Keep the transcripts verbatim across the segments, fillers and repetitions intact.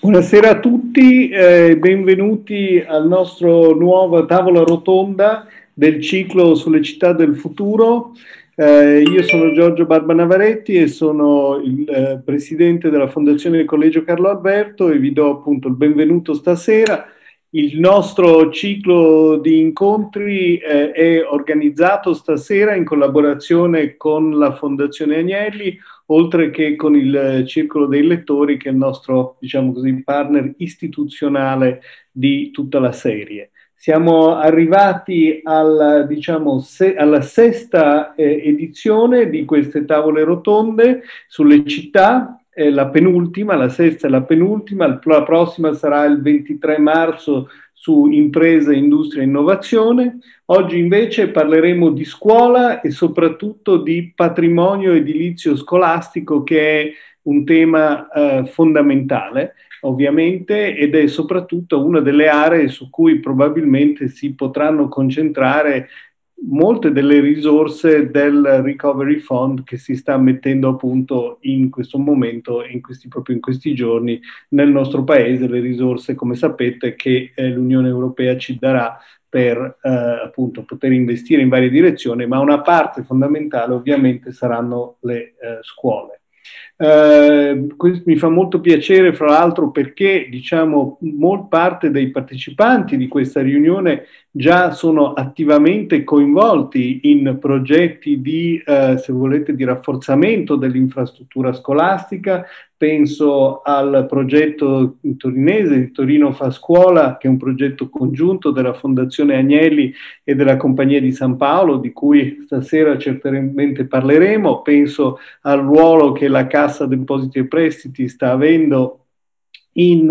Buonasera a tutti, eh, benvenuti al nostro nuovo tavola rotonda del ciclo sulle città del futuro. Eh, io sono Giorgio Barbanavaretti e sono il eh, presidente della Fondazione Collegio Carlo Alberto e vi do appunto il benvenuto stasera. Il nostro ciclo di incontri eh, è organizzato stasera in collaborazione con la Fondazione Agnelli, oltre che con il Circolo dei Lettori, che è il nostro, diciamo così, partner istituzionale di tutta la serie. Siamo arrivati al, diciamo, se, alla sesta eh, edizione di queste tavole rotonde sulle città. È la penultima, la sesta è la penultima, la prossima sarà il ventitré marzo su impresa, industria e innovazione. Oggi invece parleremo di scuola e soprattutto di patrimonio edilizio scolastico, che è un tema eh, fondamentale, ovviamente, ed è soprattutto una delle aree su cui probabilmente si potranno concentrare molte delle risorse del Recovery Fund che si sta mettendo a punto in questo momento, in questi, proprio in questi giorni, nel nostro paese, le risorse, come sapete, che eh, l'Unione Europea ci darà per eh, appunto poter investire in varie direzioni, ma una parte fondamentale ovviamente saranno le eh, scuole. Eh, mi fa molto piacere, fra l'altro, perché diciamo molta parte dei partecipanti di questa riunione già sono attivamente coinvolti in progetti di, eh, se volete, di rafforzamento dell'infrastruttura scolastica. Penso al progetto torinese di Torino fa scuola, che è un progetto congiunto della Fondazione Agnelli e della Compagnia di San Paolo, di cui stasera certamente parleremo. Penso al ruolo che la Cassa Depositi e Prestiti sta avendo In,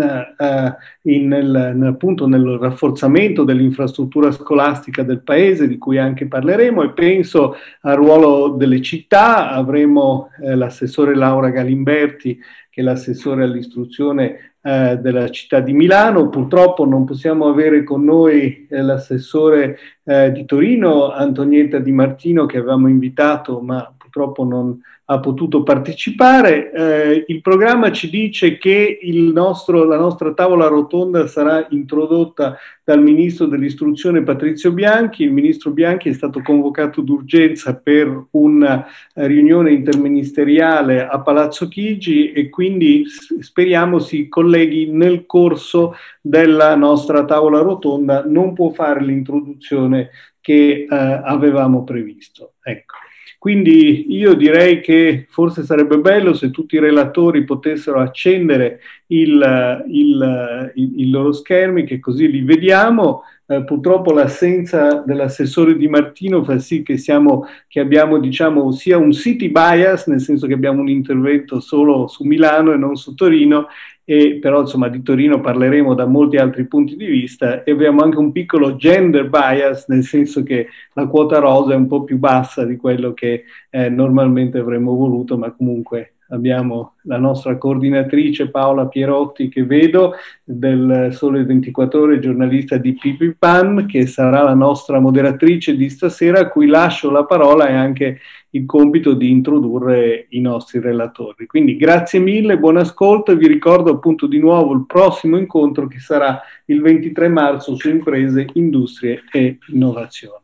uh, in nel, appunto nel rafforzamento dell'infrastruttura scolastica del paese, di cui anche parleremo, e penso al ruolo delle città. Avremo eh, l'assessore Laura Galimberti, che è l'assessore all'istruzione eh, della città di Milano. Purtroppo non possiamo avere con noi eh, l'assessore eh, di Torino, Antonietta Di Martino, che avevamo invitato, ma purtroppo non ha potuto partecipare. Eh, il programma ci dice che il nostro, la nostra tavola rotonda sarà introdotta dal ministro dell'istruzione Patrizio Bianchi. Il ministro Bianchi è stato convocato d'urgenza per una riunione interministeriale a Palazzo Chigi e quindi speriamo si colleghi nel corso della nostra tavola rotonda. Non può fare l'introduzione che eh, avevamo previsto. Ecco. Quindi io direi che forse sarebbe bello se tutti i relatori potessero accendere il, il, il, i loro schermi, che così li vediamo. Eh, purtroppo l'assenza dell'assessore Di Martino fa sì che, siamo, che abbiamo, diciamo, sia un city bias, nel senso che abbiamo un intervento solo su Milano e non su Torino, e però insomma di Torino parleremo da molti altri punti di vista, e abbiamo anche un piccolo gender bias, nel senso che la quota rosa è un po' più bassa di quello che eh, normalmente avremmo voluto, ma comunque abbiamo la nostra coordinatrice Paola Pierotti, che vedo, del Sole ventiquattro Ore, giornalista di Pipipan, che sarà la nostra moderatrice di stasera, a cui lascio la parola e anche il compito di introdurre i nostri relatori. Quindi grazie mille, buon ascolto, e vi ricordo appunto di nuovo il prossimo incontro, che sarà il ventitré marzo su imprese, industrie e innovazione.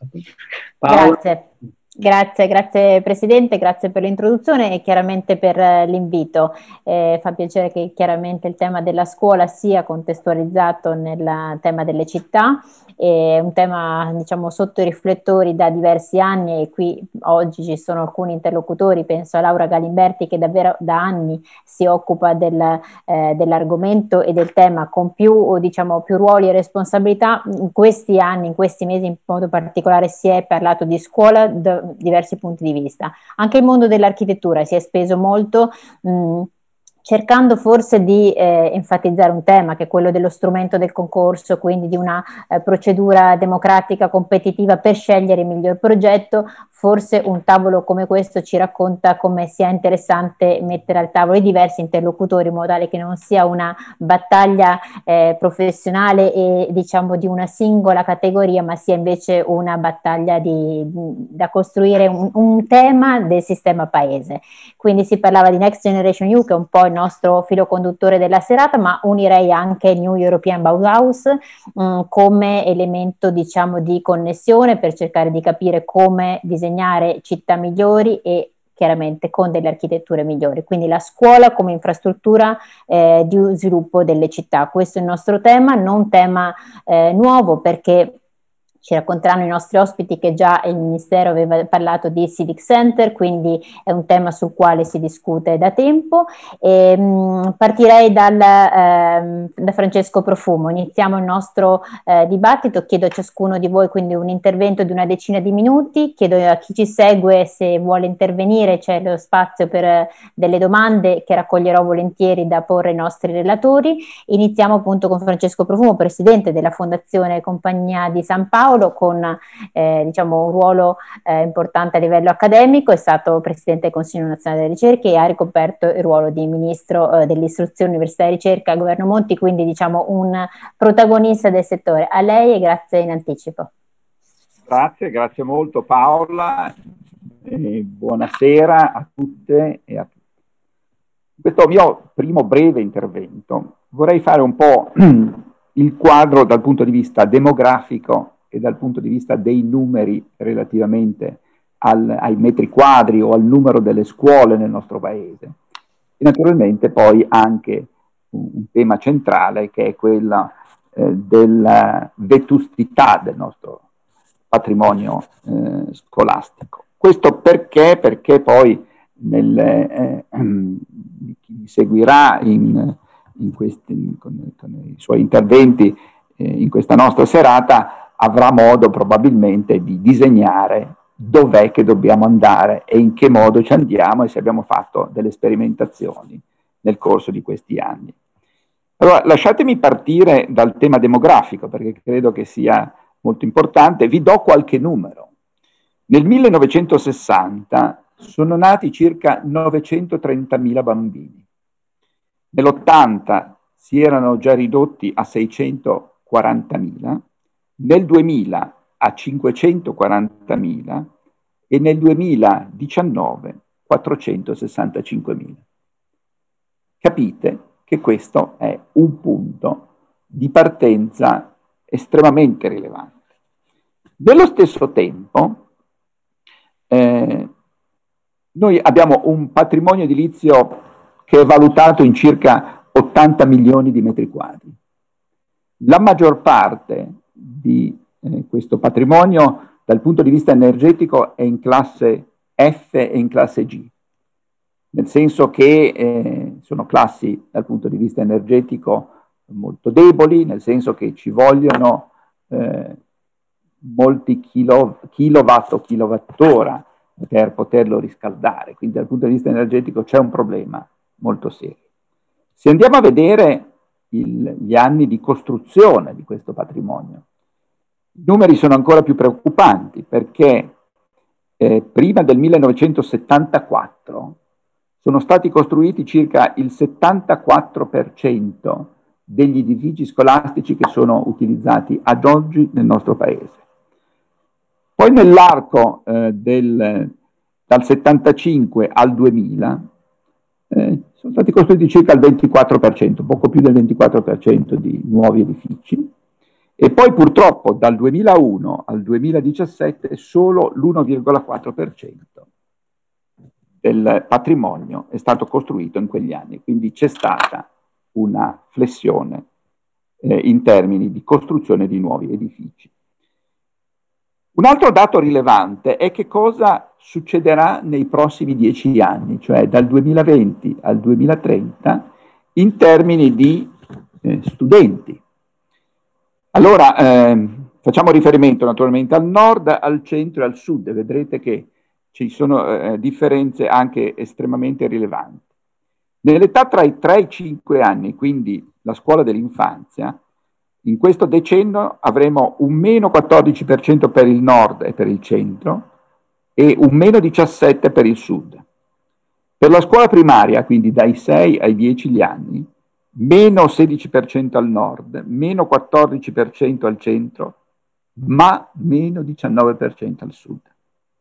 Paola. Grazie. Grazie, grazie Presidente, grazie per l'introduzione e chiaramente per eh, l'invito. Eh, fa piacere che chiaramente il tema della scuola sia contestualizzato nel tema delle città. È un tema, diciamo, sotto i riflettori da diversi anni, e qui oggi ci sono alcuni interlocutori, penso a Laura Galimberti, che davvero da anni si occupa del, eh, dell'argomento e del tema con più, diciamo, più ruoli e responsabilità. In questi anni, in questi mesi in modo particolare, si è parlato di scuola da diversi punti di vista. Anche il mondo dell'architettura si è speso molto mh, cercando forse di eh, enfatizzare un tema, che è quello dello strumento del concorso, quindi di una eh, procedura democratica competitiva per scegliere il miglior progetto. Forse un tavolo come questo ci racconta come sia interessante mettere al tavolo i diversi interlocutori, in modo tale che non sia una battaglia eh, professionale e, diciamo, di una singola categoria, ma sia invece una battaglia di, da costruire un, un tema del sistema paese. Quindi si parlava di Next Generation E U, che è un po' il nostro filo conduttore della serata, ma unirei anche il New European Bauhaus mh, come elemento, diciamo, di connessione per cercare di capire come disegnare città migliori e chiaramente con delle architetture migliori. Quindi la scuola come infrastruttura eh, di sviluppo delle città. Questo è il nostro tema, non tema eh, nuovo, perché ci racconteranno i nostri ospiti che già il Ministero aveva parlato di Civic Center, quindi è un tema sul quale si discute da tempo. E, mh, partirei dal, eh, da Francesco Profumo. Iniziamo il nostro eh, dibattito. Chiedo a ciascuno di voi quindi un intervento di una decina di minuti. Chiedo a chi ci segue se vuole intervenire, c'è lo spazio per eh, delle domande che raccoglierò volentieri da porre ai nostri relatori. Iniziamo appunto con Francesco Profumo, presidente della Fondazione Compagnia di San Paolo, con eh, diciamo un ruolo eh, importante a livello accademico. È stato presidente del Consiglio Nazionale delle Ricerche e ha ricoperto il ruolo di ministro eh, dell'istruzione, università e ricerca al governo Monti, quindi diciamo un protagonista del settore. A lei e grazie in anticipo. Grazie, grazie molto Paola, e buonasera a tutte e a tutti. Questo mio primo breve intervento vorrei fare un po' il quadro dal punto di vista demografico e dal punto di vista dei numeri relativamente al, ai metri quadri o al numero delle scuole nel nostro paese. E naturalmente poi anche un, un tema centrale che è quella eh, della vetustità del nostro patrimonio eh, scolastico. Questo perché? Perché poi nel, eh, chi mi seguirà in, in questi, con, con i suoi interventi eh, in questa nostra serata avrà modo probabilmente di disegnare dov'è che dobbiamo andare e in che modo ci andiamo e se abbiamo fatto delle sperimentazioni nel corso di questi anni. Allora, lasciatemi partire dal tema demografico perché credo che sia molto importante. Vi do qualche numero. Nel millenovecentosessanta sono nati circa novecentotrentamila bambini. Nell'ottanta si erano già ridotti a seicentoquarantamila, nel duemila a cinquecentoquarantamila e nel duemiladiciannove quattrocentosessantacinquemila. Capite che questo è un punto di partenza estremamente rilevante. Nello stesso tempo, eh, noi abbiamo un patrimonio edilizio che è valutato in circa ottanta milioni di metri quadri. La maggior parte di eh, questo patrimonio dal punto di vista energetico è in classe F e in classe G, nel senso che eh, sono classi dal punto di vista energetico molto deboli, nel senso che ci vogliono eh, molti kilo, kilowatt o kilowattora per poterlo riscaldare, quindi dal punto di vista energetico c'è un problema molto serio. Se andiamo a vedere il, gli anni di costruzione di questo patrimonio, i numeri sono ancora più preoccupanti perché eh, prima del millenovecentosettantaquattro sono stati costruiti circa il settantaquattro per cento degli edifici scolastici che sono utilizzati ad oggi nel nostro paese. Poi nell'arco eh, del, dal settantacinque al duemila eh, sono stati costruiti circa il ventiquattro per cento, poco più del ventiquattro per cento di nuovi edifici, e poi purtroppo dal duemilauno al duemiladiciassette solo l'uno virgola quattro per cento del patrimonio è stato costruito in quegli anni, quindi c'è stata una flessione eh, in termini di costruzione di nuovi edifici. Un altro dato rilevante è che cosa succederà nei prossimi dieci anni, cioè dal duemilaventi al duemilatrenta, in termini di eh, studenti. Allora, eh, facciamo riferimento naturalmente al nord, al centro e al sud, e vedrete che ci sono eh, differenze anche estremamente rilevanti. Nell'età tra i tre e i cinque anni, quindi la scuola dell'infanzia, in questo decennio avremo un meno quattordici per cento per il nord e per il centro e un meno diciassette per cento per il sud. Per la scuola primaria, quindi dai sei ai dieci anni, meno sedici per cento al nord, meno quattordici per cento al centro, ma meno diciannove per cento al sud.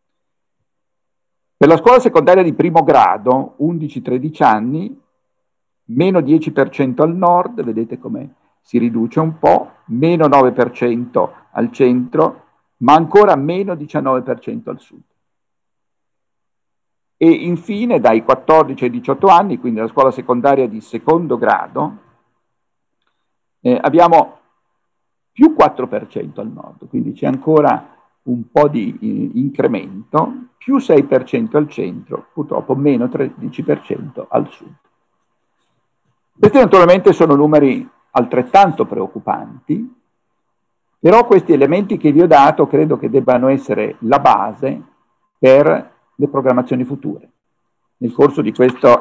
Per la scuola secondaria di primo grado, undici tredici anni, meno dieci per cento al nord, vedete come si riduce un po', meno nove per cento al centro, ma ancora meno diciannove per cento al sud. E infine dai quattordici ai diciotto anni, quindi la scuola secondaria di secondo grado, eh, abbiamo più quattro per cento al nord, quindi c'è ancora un po' di eh, incremento, più sei per cento al centro, purtroppo meno tredici per cento al sud. Questi naturalmente sono numeri altrettanto preoccupanti, però questi elementi che vi ho dato credo che debbano essere la base per le programmazioni future. Nel corso di questo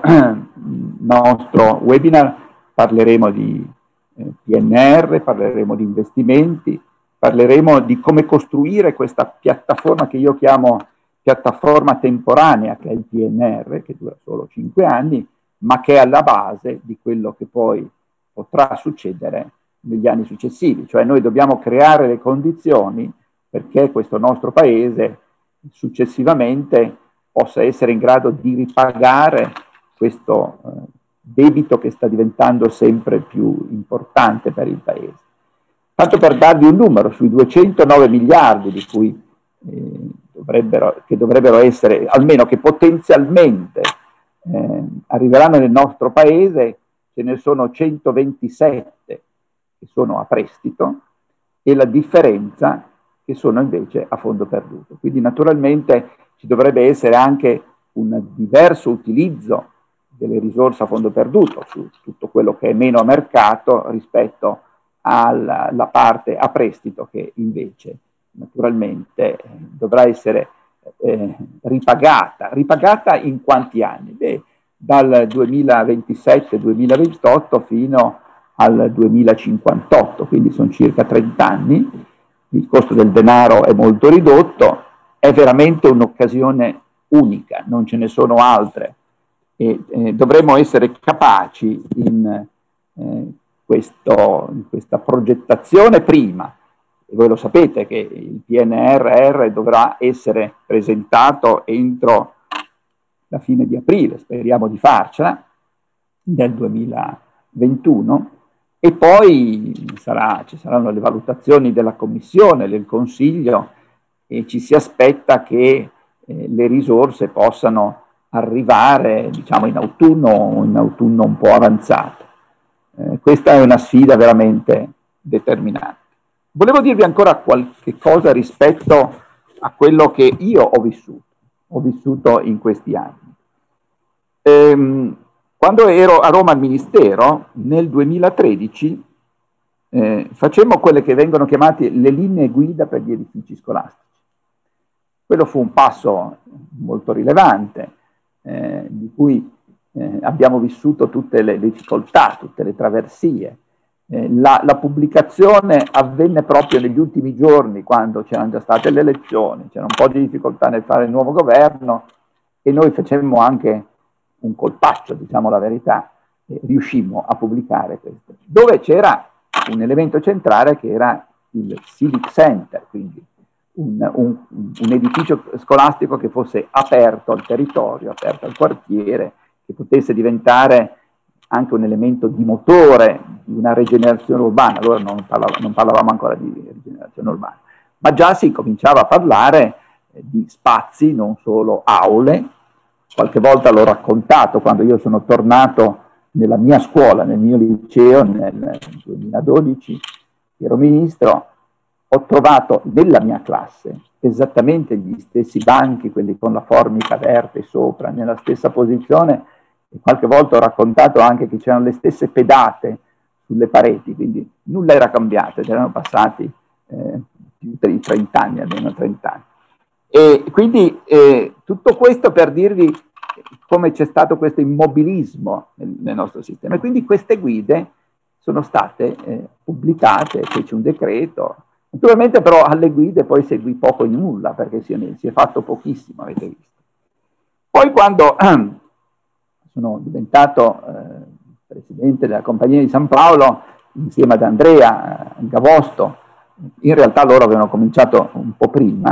nostro webinar parleremo di eh, P N R, parleremo di investimenti, parleremo di come costruire questa piattaforma che io chiamo piattaforma temporanea, che è il P N R, che dura solo cinque anni, ma che è alla base di quello che poi potrà succedere negli anni successivi. Cioè noi dobbiamo creare le condizioni perché questo nostro paese successivamente possa essere in grado di ripagare questo eh, debito che sta diventando sempre più importante per il paese. Tanto per darvi un numero, sui duecentonove miliardi di cui eh, dovrebbero, che dovrebbero essere, almeno che potenzialmente eh, arriveranno nel nostro paese, ce ne sono centoventisette che sono a prestito e la differenza che sono invece a fondo perduto. Quindi naturalmente ci dovrebbe essere anche un diverso utilizzo delle risorse a fondo perduto su tutto quello che è meno a mercato rispetto alla, alla parte a prestito che invece naturalmente eh, dovrà essere eh, ripagata. Ripagata in quanti anni? Beh, dal duemilaventisette duemilaventotto fino al duemilacinquantotto, quindi sono circa trenta anni, il costo del denaro è molto ridotto, è veramente un'occasione unica, non ce ne sono altre e eh, dovremmo essere capaci in, eh, questo, in questa progettazione prima, e voi lo sapete che il P N R R dovrà essere presentato entro la fine di aprile, speriamo di farcela, nel duemilaventuno, e poi sarà, ci saranno le valutazioni della Commissione, del Consiglio, e ci si aspetta che eh, le risorse possano arrivare, diciamo, in autunno o in autunno un po' avanzato. Eh, questa è una sfida veramente determinante. Volevo dirvi ancora qualche cosa rispetto a quello che io ho vissuto, ho vissuto in questi anni. Ehm, quando ero a Roma al Ministero, nel duemilatredici, eh, facemmo quelle che vengono chiamate le linee guida per gli edifici scolastici. Quello fu un passo molto rilevante, eh, di cui eh, abbiamo vissuto tutte le difficoltà, tutte le traversie. Eh, la, la pubblicazione avvenne proprio negli ultimi giorni, quando c'erano già state le elezioni, c'era un po' di difficoltà nel fare il nuovo governo, e noi facemmo anche un colpaccio, diciamo la verità, eh, riuscimmo a pubblicare questo, dove c'era un elemento centrale che era il Civic Center, quindi un, un, un edificio scolastico che fosse aperto al territorio, aperto al quartiere, che potesse diventare anche un elemento di motore di una rigenerazione urbana. Allora non, parlav non parlavamo ancora di rigenerazione urbana, ma già si cominciava a parlare eh, di spazi, non solo aule. Qualche volta l'ho raccontato, quando io sono tornato nella mia scuola, nel mio liceo, nel duemiladodici, ero ministro, ho trovato nella mia classe esattamente gli stessi banchi, quelli con la formica verde sopra, nella stessa posizione, e qualche volta ho raccontato anche che c'erano le stesse pedate sulle pareti, quindi nulla era cambiato, ed erano passati eh, più di trenta anni, almeno trenta anni. E quindi eh, tutto questo per dirvi come c'è stato questo immobilismo nel, nel nostro sistema. E quindi queste guide sono state eh, pubblicate, fece un decreto. Naturalmente però alle guide poi seguì poco e nulla, perché si, si è fatto pochissimo, avete visto. Poi quando eh, sono diventato eh, presidente della Compagnia di San Paolo, insieme ad Andrea Gavosto, in realtà loro avevano cominciato un po' prima,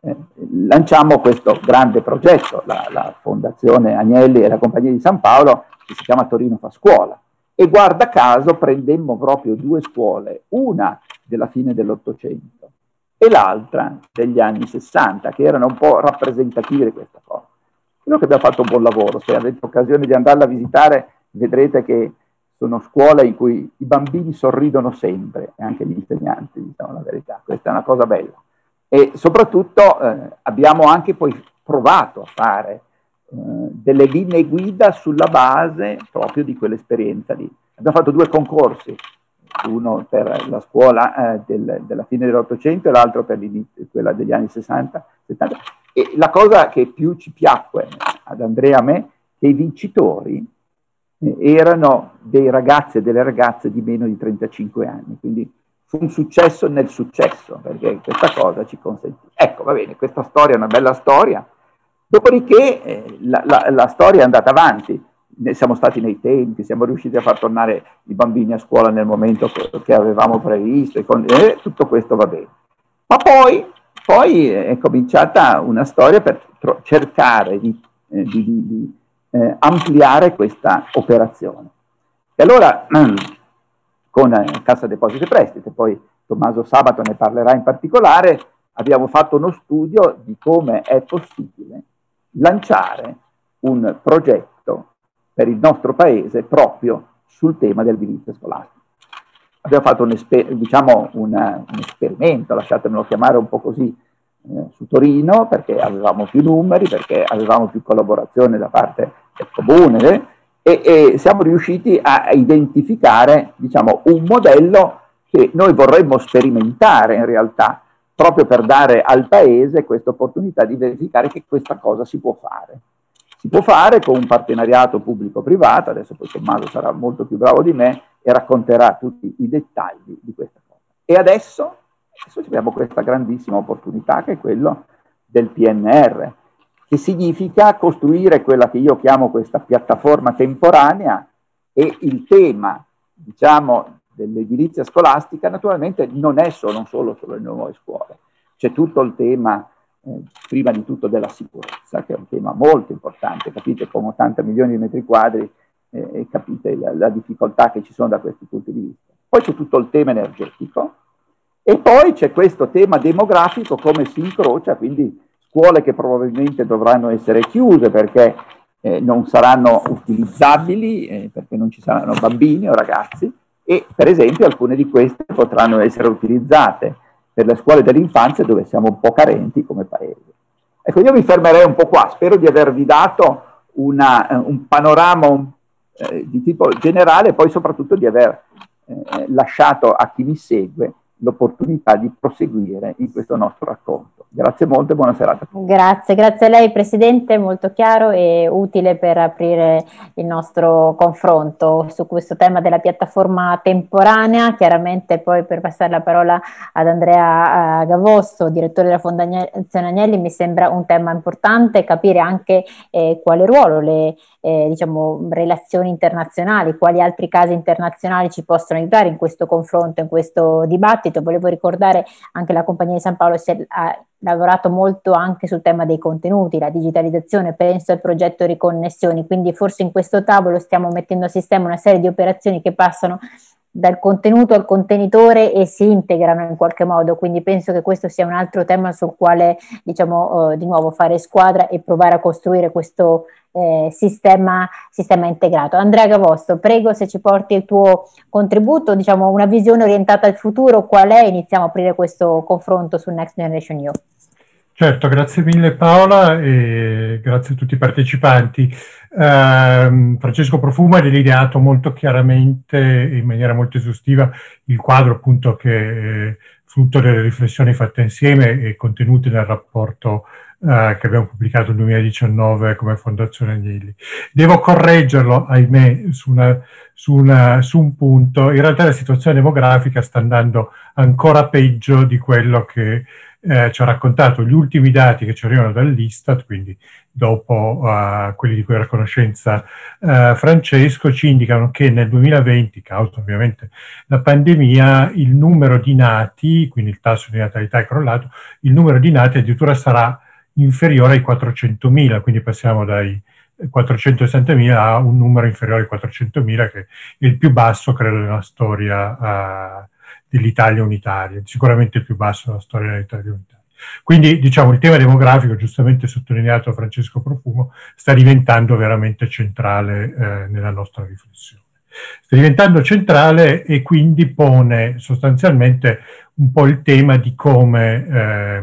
eh, lanciamo questo grande progetto, la, la Fondazione Agnelli e la Compagnia di San Paolo, che si chiama Torino fa scuola. E guarda caso prendemmo proprio due scuole, una della fine dell'Ottocento e l'altra degli anni sessanta, che erano un po' rappresentative di questa cosa. Credo che abbiamo fatto un buon lavoro. Se avete occasione di andarla a visitare, vedrete che sono scuole in cui i bambini sorridono sempre, e anche gli insegnanti, diciamo la verità. Questa è una cosa bella. E soprattutto eh, abbiamo anche poi provato a fare eh, delle linee guida sulla base proprio di quell'esperienza lì. Abbiamo fatto due concorsi, uno per la scuola eh, del, della fine dell'Ottocento e l'altro per quella degli anni sessanta settanta. E la cosa che più ci piacque ad Andrea e a me, che i vincitori eh, erano dei ragazzi e delle ragazze di meno di trentacinque anni, quindi fu un successo nel successo, perché questa cosa ci consentì. Ecco, va bene, questa storia è una bella storia, dopodiché eh, la, la, la storia è andata avanti, ne siamo stati nei tempi, siamo riusciti a far tornare i bambini a scuola nel momento che avevamo previsto, e con, eh, tutto questo va bene. Ma poi, poi è cominciata una storia per cercare di, eh, di, di, di eh, ampliare questa operazione. E allora, con eh, Cassa Depositi e Prestiti, poi Tommaso Sabato ne parlerà in particolare, abbiamo fatto uno studio di come è possibile lanciare un progetto per il nostro paese proprio sul tema del diritto scolastico. Abbiamo fatto un, esper- diciamo una, un esperimento, lasciatemelo chiamare un po' così, eh, su Torino, perché avevamo più numeri, perché avevamo più collaborazione da parte del comune, eh, e, e siamo riusciti a identificare, diciamo, un modello che noi vorremmo sperimentare in realtà, proprio per dare al paese questa opportunità di verificare che questa cosa si può fare. Si può fare con un partenariato pubblico-privato, adesso poi Tommaso sarà molto più bravo di me e racconterà tutti i dettagli di questa cosa. E adesso, adesso abbiamo questa grandissima opportunità che è quello del P N R, che significa costruire quella che io chiamo questa piattaforma temporanea, e il tema, diciamo, dell'edilizia scolastica naturalmente non è solo, non solo sulle nuove scuole, c'è tutto il tema Eh, prima di tutto della sicurezza, che è un tema molto importante, capite, con ottanta milioni di metri quadri, eh, capite la, la difficoltà che ci sono da questi punti di vista. Poi c'è tutto il tema energetico, e poi c'è questo tema demografico, come si incrocia, quindi scuole che probabilmente dovranno essere chiuse perché eh, non saranno utilizzabili, eh, perché non ci saranno bambini o ragazzi, e per esempio alcune di queste potranno essere utilizzate per le scuole dell'infanzia, dove siamo un po' carenti come paese. Ecco, io mi fermerei un po' qua, spero di avervi dato una, un panorama un, eh, di tipo generale, e poi soprattutto di aver eh, lasciato a chi mi segue l'opportunità di proseguire in questo nostro racconto. Grazie molto e buona serata. Grazie, grazie a lei Presidente, molto chiaro e utile per aprire il nostro confronto su questo tema della piattaforma temporanea. Chiaramente poi, per passare la parola ad Andrea uh, Gavosto, direttore della Fondazione Agnelli, mi sembra un tema importante capire anche eh, quale ruolo le eh, diciamo, relazioni internazionali, quali altri casi internazionali ci possono aiutare in questo confronto, in questo dibattito. Volevo ricordare anche la Compagnia di San Paolo si è, ha lavorato molto anche sul tema dei contenuti, la digitalizzazione, penso al progetto Riconnessioni, quindi forse in questo tavolo stiamo mettendo a sistema una serie di operazioni che passano dal contenuto al contenitore e si integrano in qualche modo, quindi penso che questo sia un altro tema sul quale, diciamo, eh, di nuovo fare squadra e provare a costruire questo eh, sistema, sistema integrato. Andrea Gavosto, prego, se ci porti il tuo contributo, diciamo una visione orientata al futuro, qual è? Iniziamo a aprire questo confronto su Next Generation E U. Certo, grazie mille Paola e grazie a tutti i partecipanti. Eh, Francesco Profuma ha delineato molto chiaramente e in maniera molto esaustiva il quadro appunto che è frutto delle riflessioni fatte insieme e contenute nel rapporto eh, che abbiamo pubblicato nel duemiladiciannove come Fondazione Agnelli. Devo correggerlo, ahimè, su, una, su, una, su un punto. In realtà la situazione demografica sta andando ancora peggio di quello che eh, ci ha raccontato gli ultimi dati che ci arrivano dall'Istat, quindi dopo uh, quelli di cui era a conoscenza uh, Francesco, ci indicano che nel duemilaventi, causa ovviamente la pandemia, il numero di nati, quindi il tasso di natalità è crollato, il numero di nati addirittura sarà inferiore ai quattrocentomila, quindi passiamo dai quattrocentosessantamila a un numero inferiore ai quattrocentomila, che è il più basso, credo, nella storia uh, dell'Italia unitaria, sicuramente il più basso della storia dell'Italia unitaria. Quindi, diciamo, il tema demografico, giustamente sottolineato da Francesco Profumo, sta diventando veramente centrale eh, nella nostra riflessione. Sta diventando centrale e quindi pone sostanzialmente un po' il tema di come eh,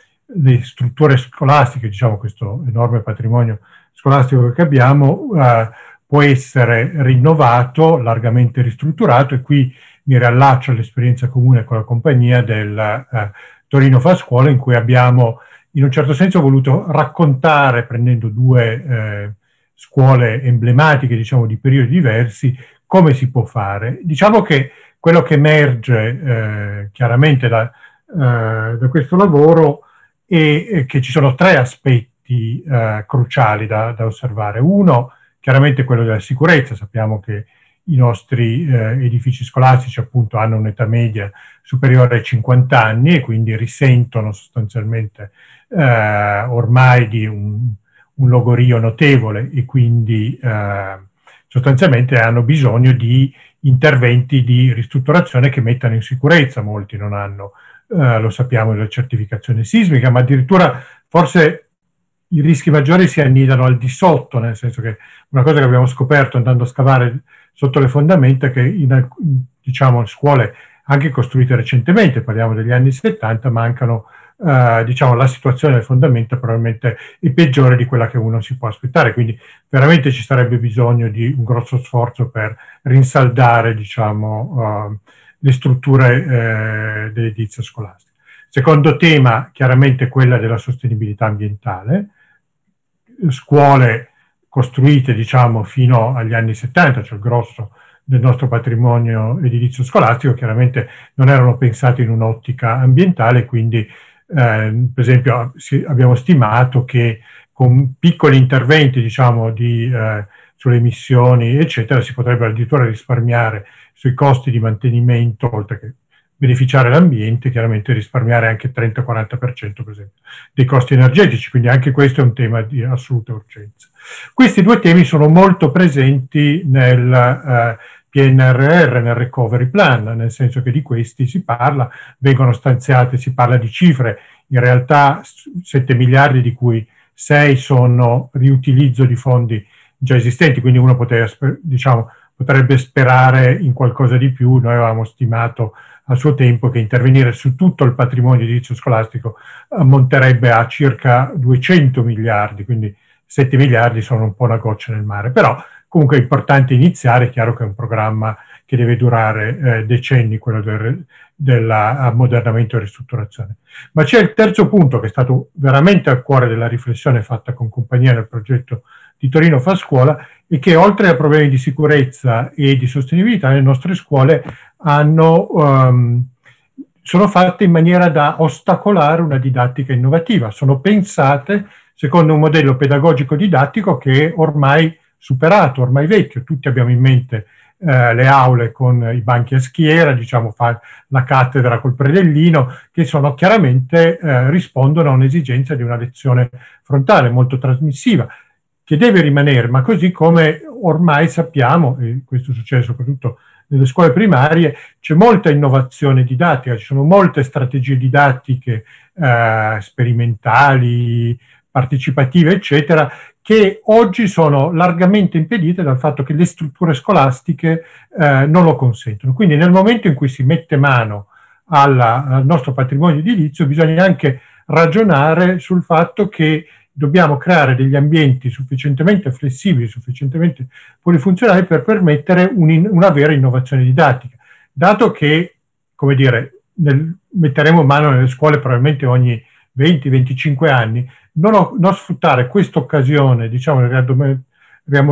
le strutture scolastiche, diciamo questo enorme patrimonio scolastico che abbiamo, eh, può essere rinnovato, largamente ristrutturato, e qui mi riallaccio all'esperienza comune con la compagnia del eh, Torino Fa Scuola, in cui abbiamo in un certo senso voluto raccontare, prendendo due eh, scuole emblematiche, diciamo, di periodi diversi, come si può fare. Diciamo che quello che emerge eh, chiaramente da, eh, da questo lavoro è, è che ci sono tre aspetti eh, cruciali da, da osservare. Uno, chiaramente quello della sicurezza. Sappiamo che i nostri eh, edifici scolastici appunto hanno un'età media superiore ai cinquanta anni e quindi risentono sostanzialmente eh, ormai di un, un logorio notevole, e quindi eh, sostanzialmente hanno bisogno di interventi di ristrutturazione che mettano in sicurezza. Molti non hanno, eh, lo sappiamo, la certificazione sismica, ma addirittura forse i rischi maggiori si annidano al di sotto, nel senso che una cosa che abbiamo scoperto andando a scavare sotto le fondamenta è che in, diciamo, scuole anche costruite recentemente, parliamo degli anni settanta, mancano, eh, diciamo, la situazione del fondamento probabilmente è peggiore di quella che uno si può aspettare, quindi veramente ci sarebbe bisogno di un grosso sforzo per rinsaldare, diciamo, uh, le strutture eh, dell'edilizia scolastica. Secondo tema, chiaramente quella della sostenibilità ambientale. Scuole costruite, diciamo, fino agli anni settanta, cioè il grosso del nostro patrimonio edilizio scolastico, chiaramente non erano pensate in un'ottica ambientale, quindi eh, per esempio si, abbiamo stimato che con piccoli interventi, diciamo, di, eh, sulle emissioni, eccetera, si potrebbe addirittura risparmiare sui costi di mantenimento, oltre che beneficiare l'ambiente, chiaramente risparmiare anche trenta quaranta per cento, per esempio, dei costi energetici, quindi anche questo è un tema di assoluta urgenza. Questi due temi sono molto presenti nel eh, P N R R, nel Recovery Plan, nel senso che di questi si parla, vengono stanziate, si parla di cifre, in realtà sette miliardi, di cui sei sono riutilizzo di fondi già esistenti, quindi uno poteva, diciamo, potrebbe sperare in qualcosa di più. Noi avevamo stimato a suo tempo che intervenire su tutto il patrimonio edilizio scolastico ammonterebbe a circa duecento miliardi, quindi sette miliardi sono un po' una goccia nel mare, però comunque è importante iniziare. È chiaro che è un programma che deve durare eh, decenni, quello del, dell'ammodernamento e ristrutturazione. Ma c'è il terzo punto che è stato veramente al cuore della riflessione fatta con compagnia nel progetto di Torino Fa Scuola, e che oltre a problemi di sicurezza e di sostenibilità, le nostre scuole hanno, um, sono fatte in maniera da ostacolare una didattica innovativa. Sono pensate secondo un modello pedagogico didattico che è ormai superato, ormai vecchio. Tutti abbiamo in mente eh, le aule con i banchi a schiera, diciamo, fa la cattedra col predellino, che sono chiaramente eh, rispondono a un'esigenza di una lezione frontale molto trasmissiva, che deve rimanere, ma così come ormai sappiamo, e questo succede soprattutto nelle scuole primarie, c'è molta innovazione didattica, ci sono molte strategie didattiche eh, sperimentali, partecipative, eccetera, che oggi sono largamente impedite dal fatto che le strutture scolastiche eh, non lo consentono. Quindi nel momento in cui si mette mano alla, al nostro patrimonio edilizio, bisogna anche ragionare sul fatto che dobbiamo creare degli ambienti sufficientemente flessibili, sufficientemente polifunzionali per permettere un, una vera innovazione didattica. Dato che, come dire, nel, metteremo mano nelle scuole probabilmente ogni venti venticinque anni, non, ho, non sfruttare questa occasione, diciamo, il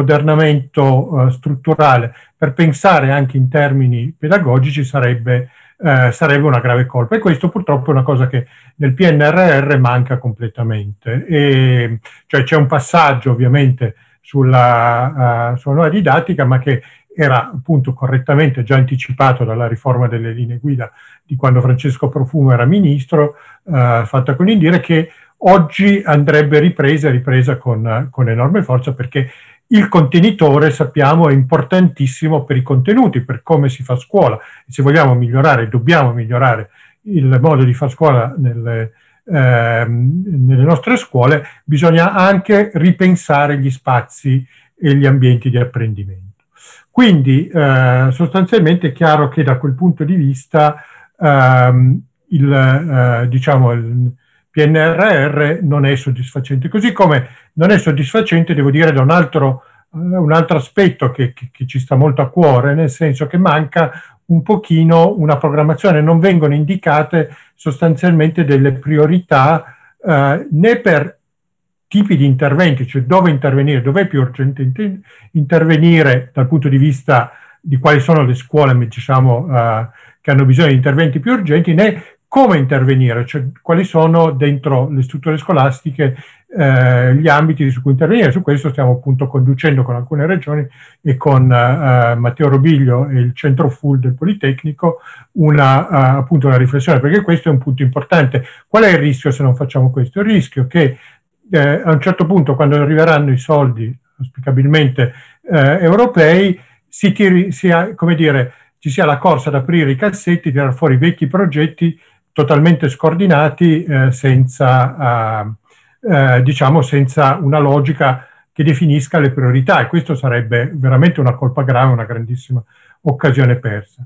riammodernamento uh, strutturale per pensare anche in termini pedagogici sarebbe eh, sarebbe una grave colpa. E questo purtroppo è una cosa che nel P N R R manca completamente. E, cioè c'è un passaggio ovviamente sulla, uh, sulla nuova didattica, ma che era appunto correttamente già anticipato dalla riforma delle linee guida di quando Francesco Profumo era ministro, uh, fatta con Indire, che oggi andrebbe ripresa, ripresa con, con enorme forza, perché il contenitore, sappiamo, è importantissimo per i contenuti, per come si fa scuola. E se vogliamo migliorare, dobbiamo migliorare il modo di fare scuola nelle, ehm, nelle nostre scuole, bisogna anche ripensare gli spazi e gli ambienti di apprendimento. Quindi eh, sostanzialmente è chiaro che da quel punto di vista ehm, il, eh, diciamo, il P N R R non è soddisfacente, così come non è soddisfacente, devo dire, da un altro, uh, un altro aspetto che, che, che ci sta molto a cuore, nel senso che manca un pochino una programmazione, non vengono indicate sostanzialmente delle priorità uh, né per tipi di interventi, cioè dove intervenire, dove è più urgente inter intervenire dal punto di vista di quali sono le scuole, diciamo, uh, che hanno bisogno di interventi più urgenti, né come intervenire, cioè quali sono dentro le strutture scolastiche eh, gli ambiti su cui intervenire. Su questo stiamo appunto conducendo con alcune regioni e con eh, Matteo Robiglio e il Centro F U L del Politecnico una, uh, appunto una riflessione, perché questo è un punto importante. Qual è il rischio se non facciamo questo? Il rischio che eh, a un certo punto, quando arriveranno i soldi auspicabilmente eh, europei, si tiri, sia, come dire, ci sia la corsa ad aprire i cassetti, tirare fuori i vecchi progetti totalmente scordinati, eh, senza, uh, uh, diciamo, senza una logica che definisca le priorità, e questo sarebbe veramente una colpa grave, una grandissima occasione persa.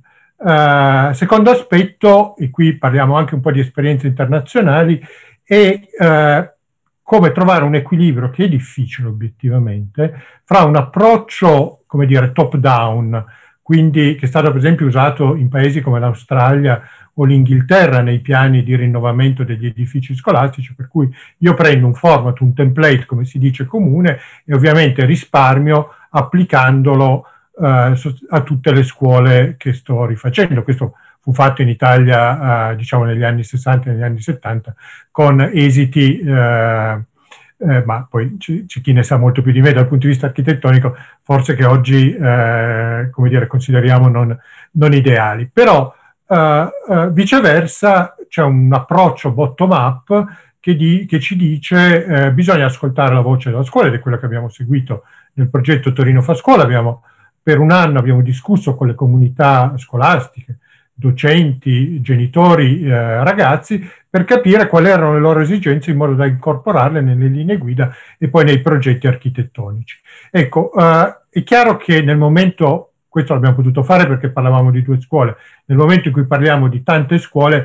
Uh, secondo aspetto, e qui parliamo anche un po' di esperienze internazionali, è uh, come trovare un equilibrio, che è difficile obiettivamente, fra un approccio, come dire, top-down, quindi che è stato per esempio usato in paesi come l'Australia o l'Inghilterra nei piani di rinnovamento degli edifici scolastici, per cui io prendo un format, un template, come si dice, comune, e ovviamente risparmio applicandolo eh, a tutte le scuole che sto rifacendo. Questo fu fatto in Italia, eh, diciamo, negli anni sessanta e negli anni settanta, con esiti, eh, eh, ma poi c'è chi ne sa molto più di me dal punto di vista architettonico, forse che oggi, eh, come dire, consideriamo non, non ideali. Però, Uh, uh, viceversa, c'è un approccio bottom-up che, di, che ci dice che eh, bisogna ascoltare la voce della scuola, ed è quello che abbiamo seguito nel progetto Torino fa scuola. Abbiamo, per un anno abbiamo discusso con le comunità scolastiche, docenti, genitori, eh, ragazzi, per capire quali erano le loro esigenze in modo da incorporarle nelle linee guida e poi nei progetti architettonici. Ecco, uh, è chiaro che nel momento, questo l'abbiamo potuto fare perché parlavamo di due scuole, nel momento in cui parliamo di tante scuole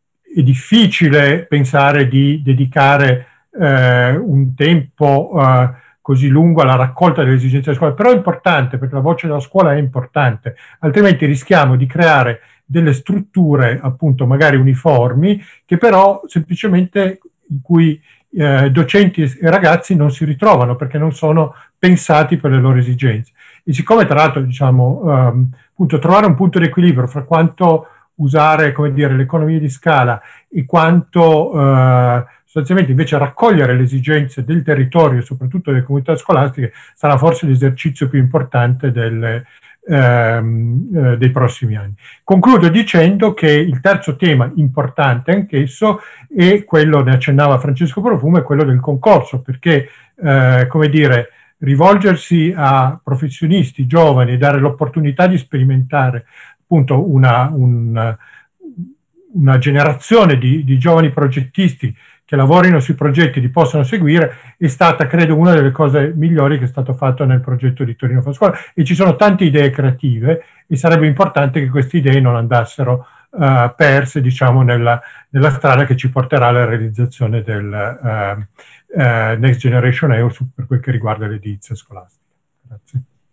è difficile pensare di dedicare eh, un tempo eh, così lungo alla raccolta delle esigenze della scuola, però è importante, perché la voce della scuola è importante, altrimenti rischiamo di creare delle strutture appunto magari uniformi, che però semplicemente in cui eh, docenti e ragazzi non si ritrovano perché non sono pensati per le loro esigenze. E siccome tra l'altro, diciamo, um, appunto, trovare un punto di equilibrio fra quanto usare, come dire, l'economia di scala e quanto uh, sostanzialmente invece raccogliere le esigenze del territorio e soprattutto delle comunità scolastiche, sarà forse l'esercizio più importante delle, ehm, eh, dei prossimi anni. Concludo dicendo che il terzo tema importante anch'esso è quello, ne accennava Francesco Profumo, è quello del concorso, perché, eh, come dire, rivolgersi a professionisti giovani e dare l'opportunità di sperimentare appunto una, una, una generazione di, di giovani progettisti che lavorino sui progetti e li possano seguire, è stata, credo, una delle cose migliori che è stato fatto nel progetto di Torino fa scuola. E ci sono tante idee creative e sarebbe importante che queste idee non andassero uh, perse, diciamo, nella, nella strada che ci porterà alla realizzazione del uh, uh, Next Generation E U per quel che riguarda l'edilizia scolastica. Grazie.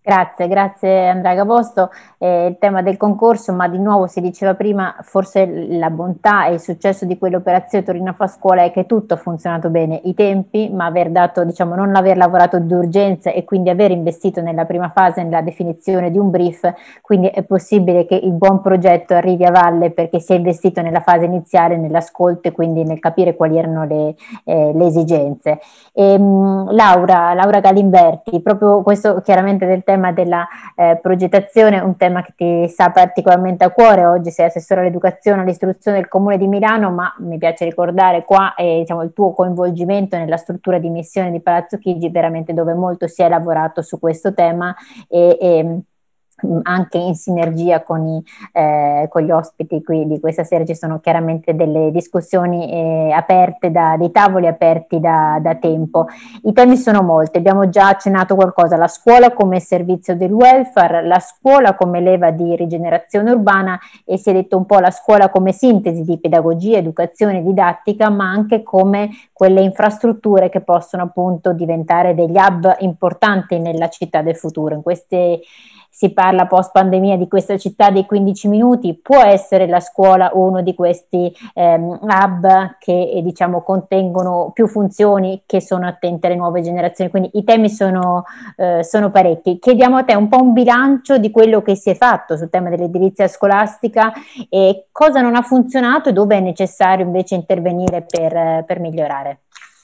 Grazie, grazie Andrea Gavosto. Eh, il tema del concorso, ma di nuovo si diceva prima, forse la bontà e il successo di quell'operazione Torino fa scuola è che tutto ha funzionato bene, i tempi, ma aver dato, diciamo, non aver lavorato d'urgenza e quindi aver investito nella prima fase nella definizione di un brief, quindi è possibile che il buon progetto arrivi a valle perché si è investito nella fase iniziale, nell'ascolto e quindi nel capire quali erano le, eh, le esigenze. E, mh, Laura, Laura Galimberti, proprio questo chiaramente del tema della eh, progettazione, un tema che ti sta particolarmente a cuore. Oggi sei assessore all'educazione e all'istruzione del Comune di Milano, ma mi piace ricordare qua eh, diciamo, il tuo coinvolgimento nella struttura di missione di Palazzo Chigi, veramente dove molto si è lavorato su questo tema e, e anche in sinergia con, i, eh, con gli ospiti qui di questa sera. Ci sono chiaramente delle discussioni eh, aperte, da, dei tavoli aperti da, da tempo. I temi sono molti, abbiamo già accennato qualcosa: la scuola come servizio del welfare, la scuola come leva di rigenerazione urbana e si è detto un po' la scuola come sintesi di pedagogia, educazione, didattica, ma anche come quelle infrastrutture che possono appunto diventare degli hub importanti nella città del futuro. In queste si parla post pandemia di questa città dei quindici minuti, può essere la scuola uno di questi ehm, hub che eh, diciamo contengono più funzioni, che sono attente alle nuove generazioni, quindi i temi sono, eh, sono parecchi. Chiediamo a te un po' un bilancio di quello che si è fatto sul tema dell'edilizia scolastica e cosa non ha funzionato e dove è necessario invece intervenire per, per migliorare.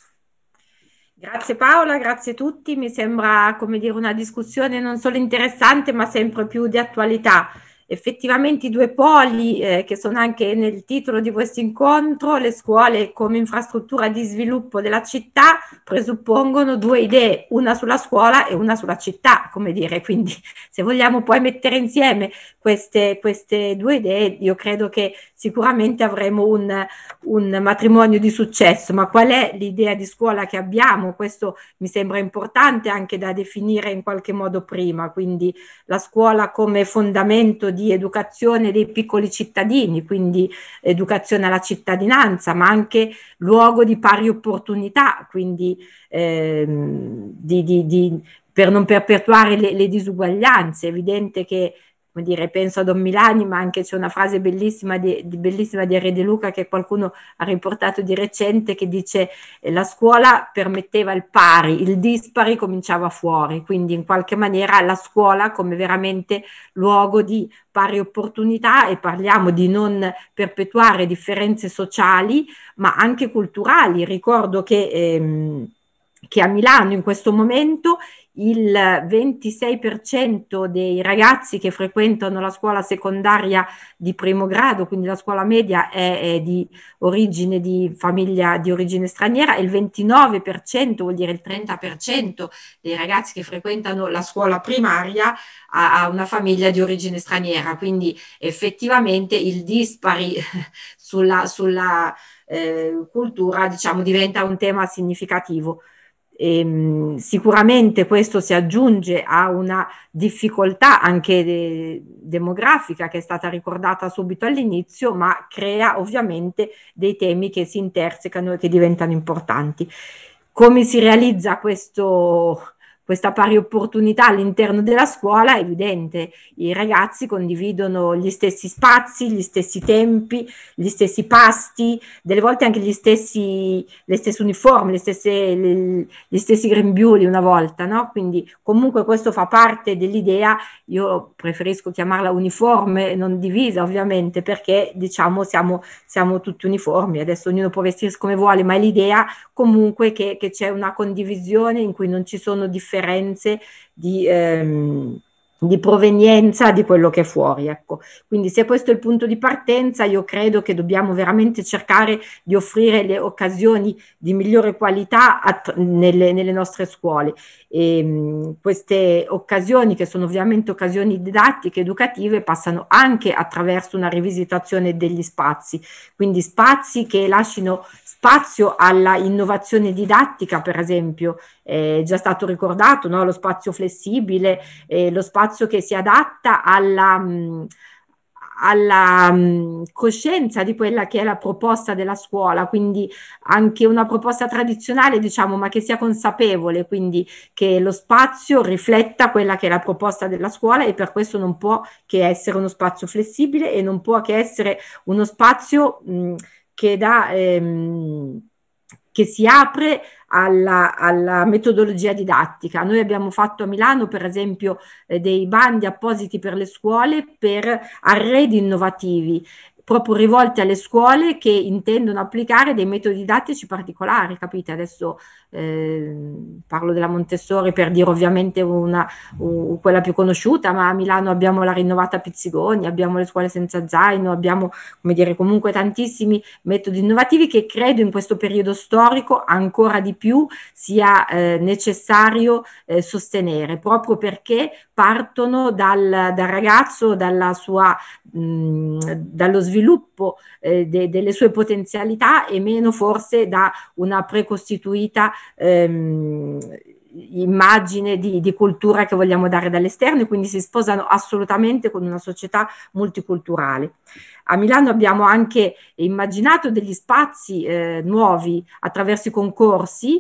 Grazie Paola, grazie a tutti. Mi sembra, come dire, una discussione non solo interessante ma sempre più di attualità. Effettivamente i due poli eh, che sono anche nel titolo di questo incontro, le scuole come infrastruttura di sviluppo della città, presuppongono due idee, una sulla scuola e una sulla città, come dire. Quindi se vogliamo poi mettere insieme queste, queste due idee, io credo che sicuramente avremo un, un matrimonio di successo. Ma qual è l'idea di scuola che abbiamo? Questo mi sembra importante anche da definire in qualche modo prima. Quindi la scuola come fondamento di educazione dei piccoli cittadini, quindi educazione alla cittadinanza, ma anche luogo di pari opportunità, quindi ehm, di, di, di, per non perpetuare le, le disuguaglianze. È evidente che, come dire, penso a Don Milani, ma anche c'è una frase bellissima di, di, bellissima di Re De Luca che qualcuno ha riportato di recente, che dice eh, la scuola permetteva il pari, il dispari cominciava fuori. Quindi in qualche maniera la scuola come veramente luogo di pari opportunità, e parliamo di non perpetuare differenze sociali ma anche culturali. Ricordo che, ehm, che a Milano in questo momento il ventisei per cento dei ragazzi che frequentano la scuola secondaria di primo grado, quindi la scuola media, è, è di origine di famiglia di origine straniera, e il ventinove per cento, vuol dire il trenta per cento dei ragazzi che frequentano la scuola primaria ha, ha una famiglia di origine straniera. Quindi effettivamente il dispari sulla, sulla eh, cultura, diciamo, diventa un tema significativo. E, sicuramente questo si aggiunge a una difficoltà anche de demografica che è stata ricordata subito all'inizio, ma crea ovviamente dei temi che si intersecano e che diventano importanti. Come si realizza questo, questa pari opportunità all'interno della scuola? È evidente, i ragazzi condividono gli stessi spazi, gli stessi tempi, gli stessi pasti, delle volte anche gli stessi, le stesse uniformi, le stesse, le, gli stessi grembiuli una volta, no? Quindi comunque questo fa parte dell'idea. Io preferisco chiamarla uniforme, non divisa ovviamente, perché diciamo siamo, siamo tutti uniformi, adesso ognuno può vestirsi come vuole, ma è l'idea comunque che, che c'è una condivisione in cui non ci sono differenze di, ehm, di provenienza di quello che è fuori, ecco. Quindi se questo è il punto di partenza, io credo che dobbiamo veramente cercare di offrire le occasioni di migliore qualità nelle, nelle nostre scuole. E, mh, queste occasioni, che sono ovviamente occasioni didattiche, educative, passano anche attraverso una rivisitazione degli spazi, quindi spazi che lasciano spazio alla innovazione didattica. Per esempio, è già stato ricordato, no? Lo spazio flessibile, eh, lo spazio che si adatta alla, mh, alla um, coscienza di quella che è la proposta della scuola, quindi anche una proposta tradizionale, diciamo, ma che sia consapevole, quindi che lo spazio rifletta quella che è la proposta della scuola, e per questo non può che essere uno spazio flessibile e non può che essere uno spazio mh, che dà ehm, che si apre alla, alla metodologia didattica. Noi abbiamo fatto a Milano, per esempio, eh, dei bandi appositi per le scuole per arredi innovativi, proprio rivolti alle scuole che intendono applicare dei metodi didattici particolari, capite? Adesso eh, parlo della Montessori per dire ovviamente una, uh, quella più conosciuta, ma a Milano abbiamo la rinnovata Pizzigoni, abbiamo le scuole senza zaino, abbiamo, come dire, comunque tantissimi metodi innovativi che credo in questo periodo storico ancora di più sia eh, necessario eh, sostenere, proprio perché partono dal, dal ragazzo, dalla sua, mh, dallo sviluppo eh, de, delle sue potenzialità, e meno forse da una precostituita ehm, immagine di, di cultura che vogliamo dare dall'esterno, e quindi si sposano assolutamente con una società multiculturale. A Milano abbiamo anche immaginato degli spazi eh, nuovi attraverso i concorsi,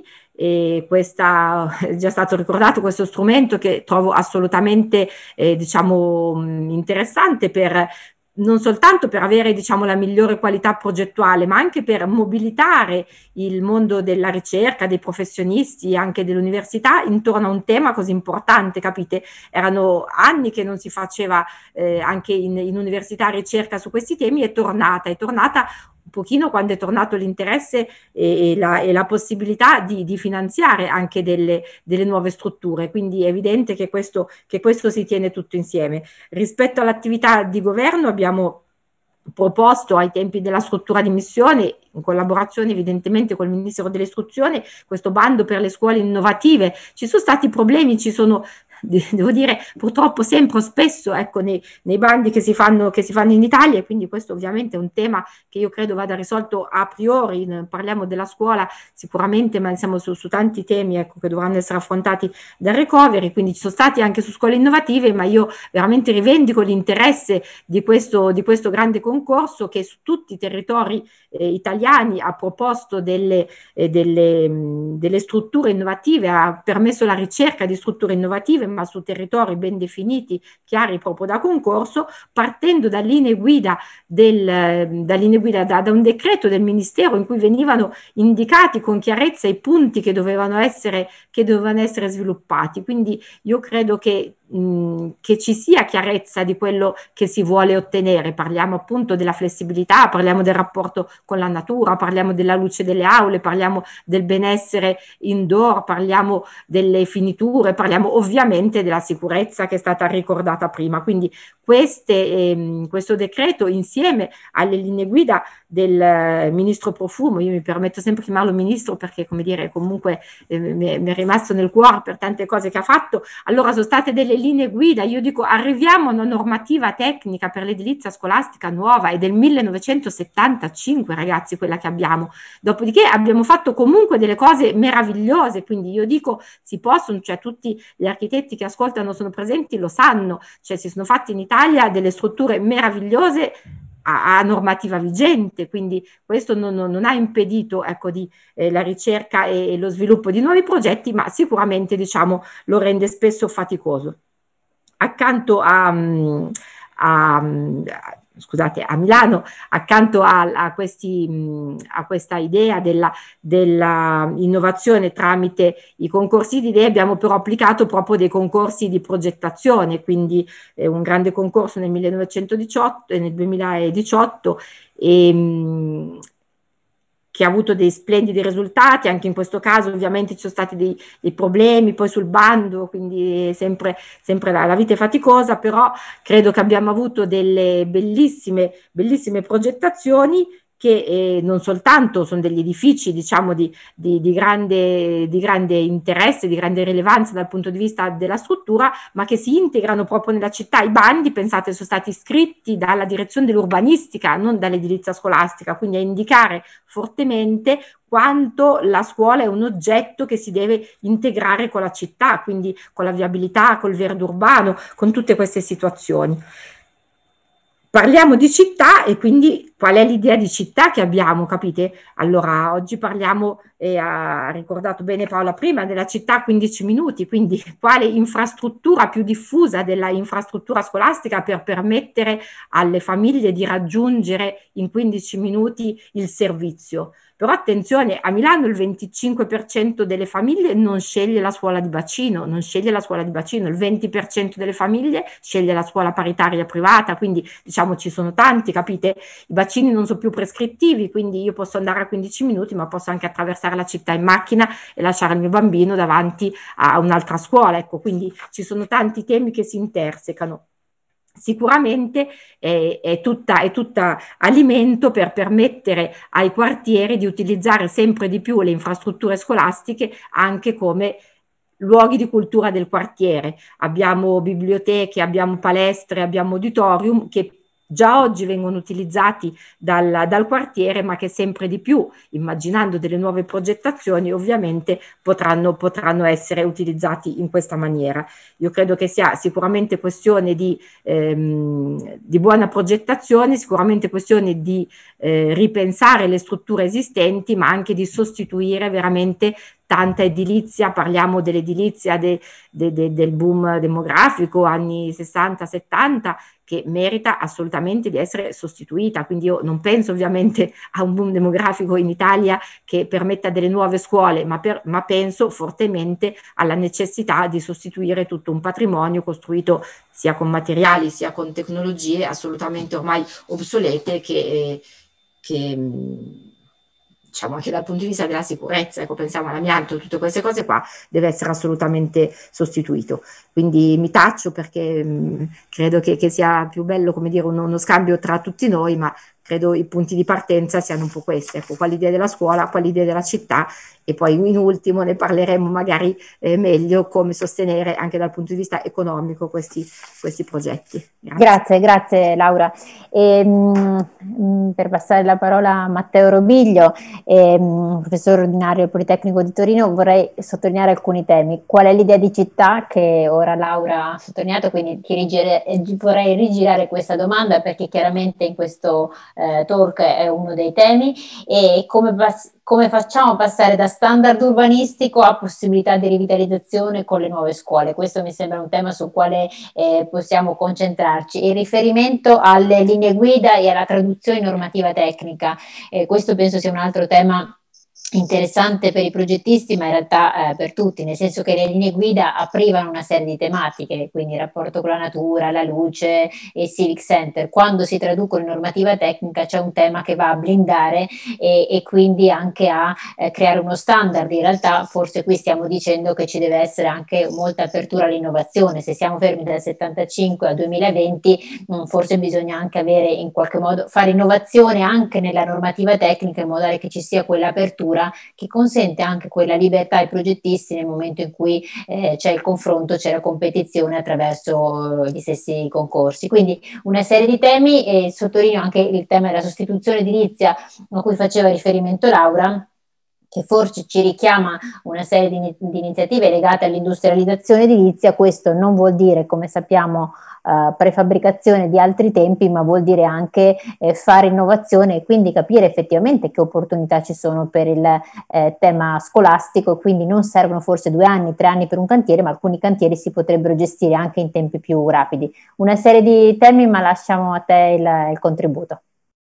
e questa è già stato ricordato, questo strumento che trovo assolutamente eh, diciamo interessante per non soltanto per avere, diciamo, la migliore qualità progettuale, ma anche per mobilitare il mondo della ricerca, dei professionisti, anche dell'università, intorno a un tema così importante, capite? Erano anni che non si faceva eh, anche in, in università ricerca su questi temi, è tornata, è tornata un pochino quando è tornato l'interesse e, e, la, e la possibilità di, di finanziare anche delle, delle nuove strutture, quindi è evidente che questo, che questo si tiene tutto insieme. Rispetto all'attività di governo abbiamo proposto ai tempi della struttura di missione, in collaborazione evidentemente col Ministero dell'Istruzione, questo bando per le scuole innovative. Ci sono stati problemi, ci sono, devo dire, purtroppo sempre o spesso, ecco, nei, nei bandi che si fanno, che si fanno in Italia, e quindi questo ovviamente è un tema che io credo vada risolto a priori. Parliamo della scuola sicuramente, ma siamo su, su tanti temi, ecco, che dovranno essere affrontati dal recovery, quindi ci sono stati anche su scuole innovative, ma io veramente rivendico l'interesse di questo, di questo grande concorso che su tutti i territori eh, italiani ha proposto delle, eh, delle, mh, delle strutture innovative, ha permesso la ricerca di strutture innovative, ma su territori ben definiti, chiari proprio da concorso, partendo da linee guida, del, da, linee guida da, da un decreto del Ministero in cui venivano indicati con chiarezza i punti che dovevano essere, che dovevano essere sviluppati. Quindi io credo che che ci sia chiarezza di quello che si vuole ottenere. Parliamo appunto della flessibilità, parliamo del rapporto con la natura, parliamo della luce delle aule, parliamo del benessere indoor, parliamo delle finiture, parliamo ovviamente della sicurezza che è stata ricordata prima. Quindi queste, ehm, questo decreto, insieme alle linee guida del eh, ministro Profumo, io mi permetto sempre di chiamarlo ministro perché, come dire, comunque eh, mi, è, mi è rimasto nel cuore per tante cose che ha fatto. Allora sono state delle linee guida, io dico arriviamo a una normativa tecnica per l'edilizia scolastica nuova, è del millenovecentosettantacinque, ragazzi, quella che abbiamo. Dopodiché abbiamo fatto comunque delle cose meravigliose, quindi io dico si possono, cioè tutti gli architetti che ascoltano sono presenti, lo sanno, cioè si sono fatti in Italia delle strutture meravigliose a, a normativa vigente, quindi questo non, non, non ha impedito, ecco, di, eh, la ricerca e, e lo sviluppo di nuovi progetti, ma sicuramente, diciamo, lo rende spesso faticoso. Accanto a, a, a scusate, a Milano, accanto a, a, questi, a questa idea della, della innovazione tramite i concorsi di idee, abbiamo però applicato proprio dei concorsi di progettazione, quindi eh, un grande concorso nel millenovecentodiciotto e nel duemiladiciotto, e, che ha avuto dei splendidi risultati. Anche in questo caso ovviamente ci sono stati dei, dei problemi poi sul bando, quindi sempre, sempre la, la vita è faticosa, però credo che abbiamo avuto delle bellissime, bellissime progettazioni che eh, non soltanto sono degli edifici, diciamo, di, di, di, grande, di grande interesse, di grande rilevanza dal punto di vista della struttura, ma che si integrano proprio nella città. I bandi, pensate, sono stati scritti dalla direzione dell'urbanistica, non dall'edilizia scolastica, quindi a indicare fortemente quanto la scuola è un oggetto che si deve integrare con la città, quindi con la viabilità, col verde urbano, con tutte queste situazioni. parliamo di città e quindi qual è l'idea di città che abbiamo, capite? Allora, oggi parliamo, e ha ricordato bene Paola prima, della città a quindici minuti, quindi quale infrastruttura più diffusa della infrastruttura scolastica per permettere alle famiglie di raggiungere in quindici minuti il servizio. Però attenzione, a Milano il venticinque per cento delle famiglie non sceglie la scuola di bacino, non sceglie la scuola di bacino, il venti per cento delle famiglie sceglie la scuola paritaria privata, quindi diciamo ci sono tanti, capite? I bacini non sono più prescrittivi, quindi io posso andare a quindici minuti, ma posso anche attraversare la città in macchina e lasciare il mio bambino davanti a un'altra scuola, ecco, quindi ci sono tanti temi che si intersecano. Sicuramente è, è, tutta, è tutta alimento per permettere ai quartieri di utilizzare sempre di più le infrastrutture scolastiche anche come luoghi di cultura del quartiere. Abbiamo biblioteche, abbiamo palestre, abbiamo auditorium che già oggi vengono utilizzati dal, dal quartiere, ma che sempre di più, immaginando delle nuove progettazioni, ovviamente potranno, potranno essere utilizzati in questa maniera. Io credo che sia sicuramente questione di, ehm, di buona progettazione, sicuramente questione di eh, ripensare le strutture esistenti, ma anche di sostituire veramente tanta edilizia. Parliamo dell'edilizia de, de, de, del boom demografico anni sessanta settanta, che merita assolutamente di essere sostituita. Quindi io non penso ovviamente a un boom demografico in Italia che permetta delle nuove scuole, ma, per, ma penso fortemente alla necessità di sostituire tutto un patrimonio costruito sia con materiali sia con tecnologie assolutamente ormai obsolete che, che diciamo anche dal punto di vista della sicurezza, ecco, pensiamo all'amianto, tutte queste cose qua, deve essere assolutamente sostituito. Quindi mi taccio perché mh, credo che, che sia più bello, come dire, uno, uno scambio tra tutti noi, ma credo i punti di partenza siano un po' questi, ecco, qual l'idea della scuola, qual l'idea della città, e poi in ultimo ne parleremo magari eh, meglio come sostenere anche dal punto di vista economico questi, questi progetti. Grazie, grazie, grazie Laura. E, mh, per passare la parola a Matteo Robiglio, eh, professore ordinario del Politecnico di Torino, vorrei sottolineare alcuni temi. Qual è l'idea di città che ora Laura ha sottolineato, quindi ti rigire, vorrei rigirare questa domanda perché chiaramente in questo eh, talk è uno dei temi, e come, come facciamo passare da standard urbanistico a possibilità di rivitalizzazione con le nuove scuole. Questo mi sembra un tema sul quale eh, possiamo concentrarci. Il riferimento alle linee guida e alla traduzione normativa tecnica, eh, questo penso sia un altro tema interessante per i progettisti, ma in realtà eh, per tutti, nel senso che le linee guida aprivano una serie di tematiche, quindi il rapporto con la natura, la luce e il civic center. Quando si traducono in normativa tecnica c'è un tema che va a blindare e, e quindi anche a eh, creare uno standard. In realtà forse qui stiamo dicendo che ci deve essere anche molta apertura all'innovazione. Se siamo fermi dal settantacinque al duemilaventi, mh, forse bisogna anche avere in qualche modo, fare innovazione anche nella normativa tecnica in modo tale che ci sia quell'apertura che consente anche quella libertà ai progettisti nel momento in cui eh, c'è il confronto, c'è la competizione attraverso gli stessi concorsi. Quindi una serie di temi, e sottolineo anche il tema della sostituzione edilizia a cui faceva riferimento Laura, che forse ci richiama una serie di, di iniziative legate all'industrializzazione edilizia. Questo non vuol dire, come sappiamo, uh, prefabbricazione di altri tempi, ma vuol dire anche eh, fare innovazione e quindi capire effettivamente che opportunità ci sono per il eh, tema scolastico. Quindi non servono forse due anni, tre anni per un cantiere, ma alcuni cantieri si potrebbero gestire anche in tempi più rapidi. Una serie di temi, ma lasciamo a te il, il contributo.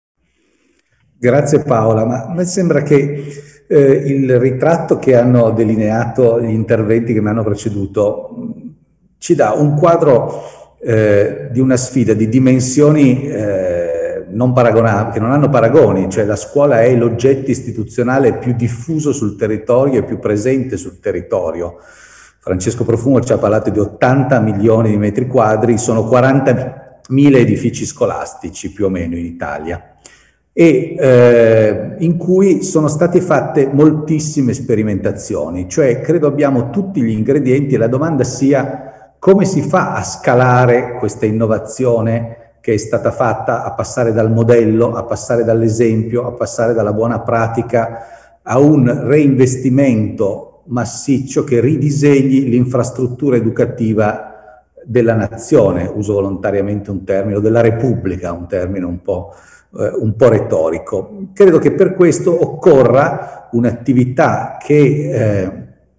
Grazie Paola, ma mi sembra che eh, il ritratto che hanno delineato gli interventi che mi hanno preceduto ci dà un quadro eh, di una sfida di dimensioni eh, non paragonabili, che non hanno paragoni, cioè la scuola è l'oggetto istituzionale più diffuso sul territorio e più presente sul territorio. Francesco Profumo ci ha parlato di ottanta milioni di metri quadri, sono quarantamila edifici scolastici più o meno in Italia, e eh, in cui sono state fatte moltissime sperimentazioni, cioè credo abbiamo tutti gli ingredienti, e la domanda sia come si fa a scalare questa innovazione che è stata fatta, a passare dal modello, a passare dall'esempio, a passare dalla buona pratica a un reinvestimento massiccio che ridisegni l'infrastruttura educativa della nazione, uso volontariamente un termine, o della Repubblica, un termine un po', eh, un po' retorico. Credo che per questo occorra un'attività che eh,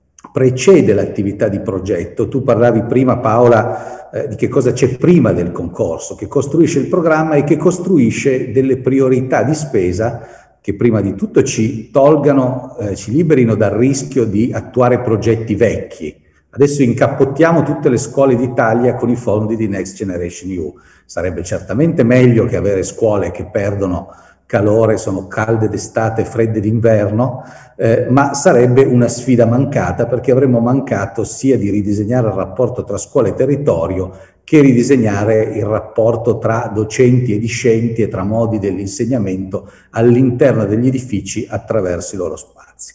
precede l'attività di progetto. Tu parlavi prima, Paola, eh, di che cosa c'è prima del concorso, che costruisce il programma e che costruisce delle priorità di spesa che prima di tutto ci tolgano, eh, ci liberino dal rischio di attuare progetti vecchi. Adesso incappottiamo tutte le scuole d'Italia con i fondi di Next Generation E U. Sarebbe certamente meglio che avere scuole che perdono calore, sono calde d'estate, fredde d'inverno, eh, ma sarebbe una sfida mancata, perché avremmo mancato sia di ridisegnare il rapporto tra scuola e territorio che ridisegnare il rapporto tra docenti e discenti e tra modi dell'insegnamento all'interno degli edifici attraverso i loro spazi.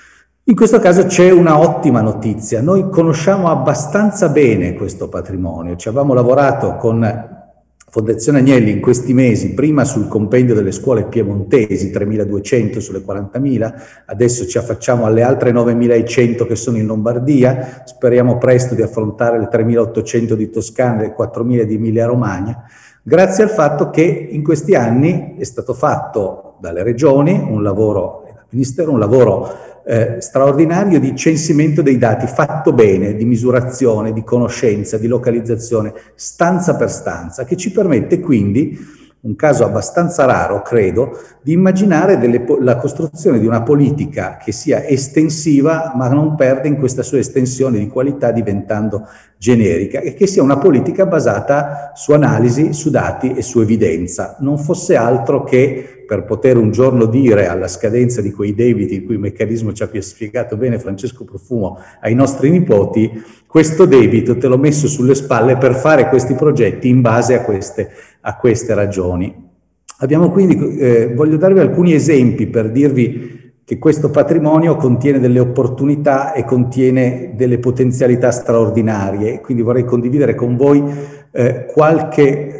In questo caso c'è una ottima notizia. Noi conosciamo abbastanza bene questo patrimonio. Ci avevamo lavorato con Fondazione Agnelli in questi mesi, prima sul compendio delle scuole piemontesi, tremiladuecento sulle quarantamila, adesso ci affacciamo alle altre novemilacento che sono in Lombardia, speriamo presto di affrontare le tremilaottocento di Toscana e le quattromila di Emilia Romagna, grazie al fatto che in questi anni è stato fatto dalle regioni un lavoro, e dal Ministero un lavoro Eh, straordinario di censimento dei dati, fatto bene, di misurazione, di conoscenza, di localizzazione, stanza per stanza, che ci permette quindi, un caso abbastanza raro, credo, di immaginare delle, la costruzione di una politica che sia estensiva, ma non perde in questa sua estensione di qualità diventando generica, e che sia una politica basata su analisi, su dati e su evidenza. Non fosse altro che per poter un giorno dire alla scadenza di quei debiti, il cui meccanismo ci ha più spiegato bene Francesco Profumo, ai nostri nipoti, questo debito te l'ho messo sulle spalle per fare questi progetti in base a queste, a queste ragioni. Abbiamo quindi, eh, voglio darvi alcuni esempi per dirvi che questo patrimonio contiene delle opportunità e contiene delle potenzialità straordinarie, quindi vorrei condividere con voi eh, qualche,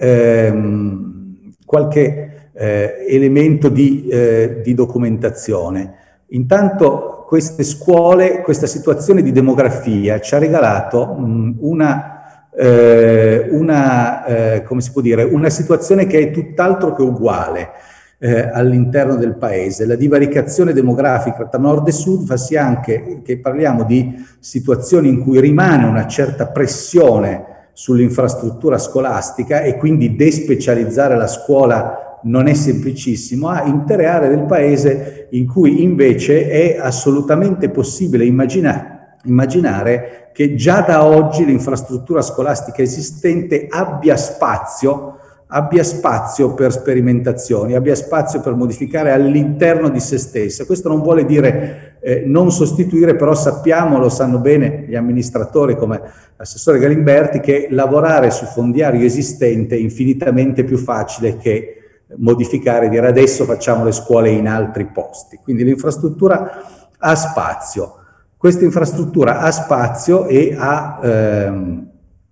ehm, qualche Eh, elemento di, eh, di documentazione. Intanto queste scuole, questa situazione di demografia ci ha regalato mh, una, eh, una eh, come si può dire, una situazione che è tutt'altro che uguale eh, all'interno del paese. La divaricazione demografica tra nord e sud fa sì anche che parliamo di situazioni in cui rimane una certa pressione sull'infrastruttura scolastica e quindi despecializzare la scuola non è semplicissimo, a intere aree del paese in cui invece è assolutamente possibile immagina- immaginare che già da oggi l'infrastruttura scolastica esistente abbia spazio, abbia spazio per sperimentazioni, abbia spazio per modificare all'interno di se stessa. Questo non vuole dire eh, non sostituire, però sappiamo, lo sanno bene gli amministratori come l'assessore Galimberti, che lavorare su fondiario esistente è infinitamente più facile che modificare e dire adesso facciamo le scuole in altri posti. Quindi l'infrastruttura ha spazio. Questa infrastruttura ha spazio e ha ehm,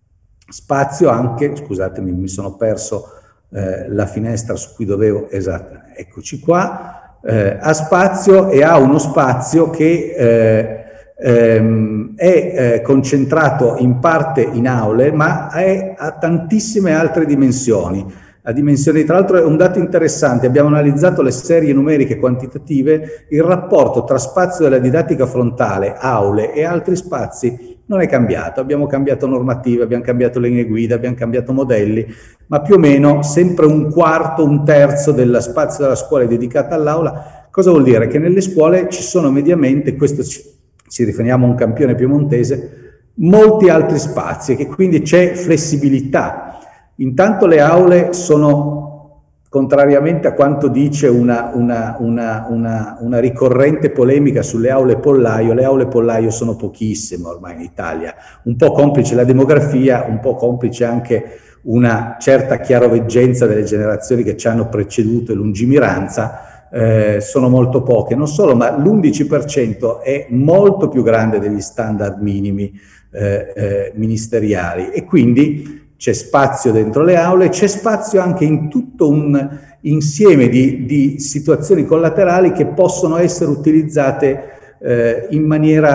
spazio anche, scusatemi, mi sono perso eh, la finestra su cui dovevo, esatto, eccoci qua, eh, ha spazio e ha uno spazio che eh, ehm, è eh, concentrato in parte in aule, ma è, ha tantissime altre dimensioni. La dimensione, tra l'altro è un dato interessante, abbiamo analizzato le serie numeriche quantitative, il rapporto tra spazio della didattica frontale, aule e altri spazi non è cambiato, abbiamo cambiato normative, abbiamo cambiato linee guida, abbiamo cambiato modelli, ma più o meno sempre un quarto, un terzo dello spazio della scuola è dedicata all'aula. Cosa vuol dire? Che nelle scuole ci sono mediamente, questo ci, ci riferiamo a un campione piemontese, molti altri spazi e che quindi c'è flessibilità. Intanto le aule sono, contrariamente a quanto dice una, una, una, una, una ricorrente polemica sulle aule pollaio, le aule pollaio sono pochissime ormai in Italia, un po' complice la demografia, un po' complice anche una certa chiaroveggenza delle generazioni che ci hanno preceduto e lungimiranza, eh, sono molto poche, non solo, ma l'undici per cento è molto più grande degli standard minimi eh, eh, ministeriali e quindi c'è spazio dentro le aule, c'è spazio anche in tutto un insieme di, di situazioni collaterali che possono essere utilizzate eh, in maniera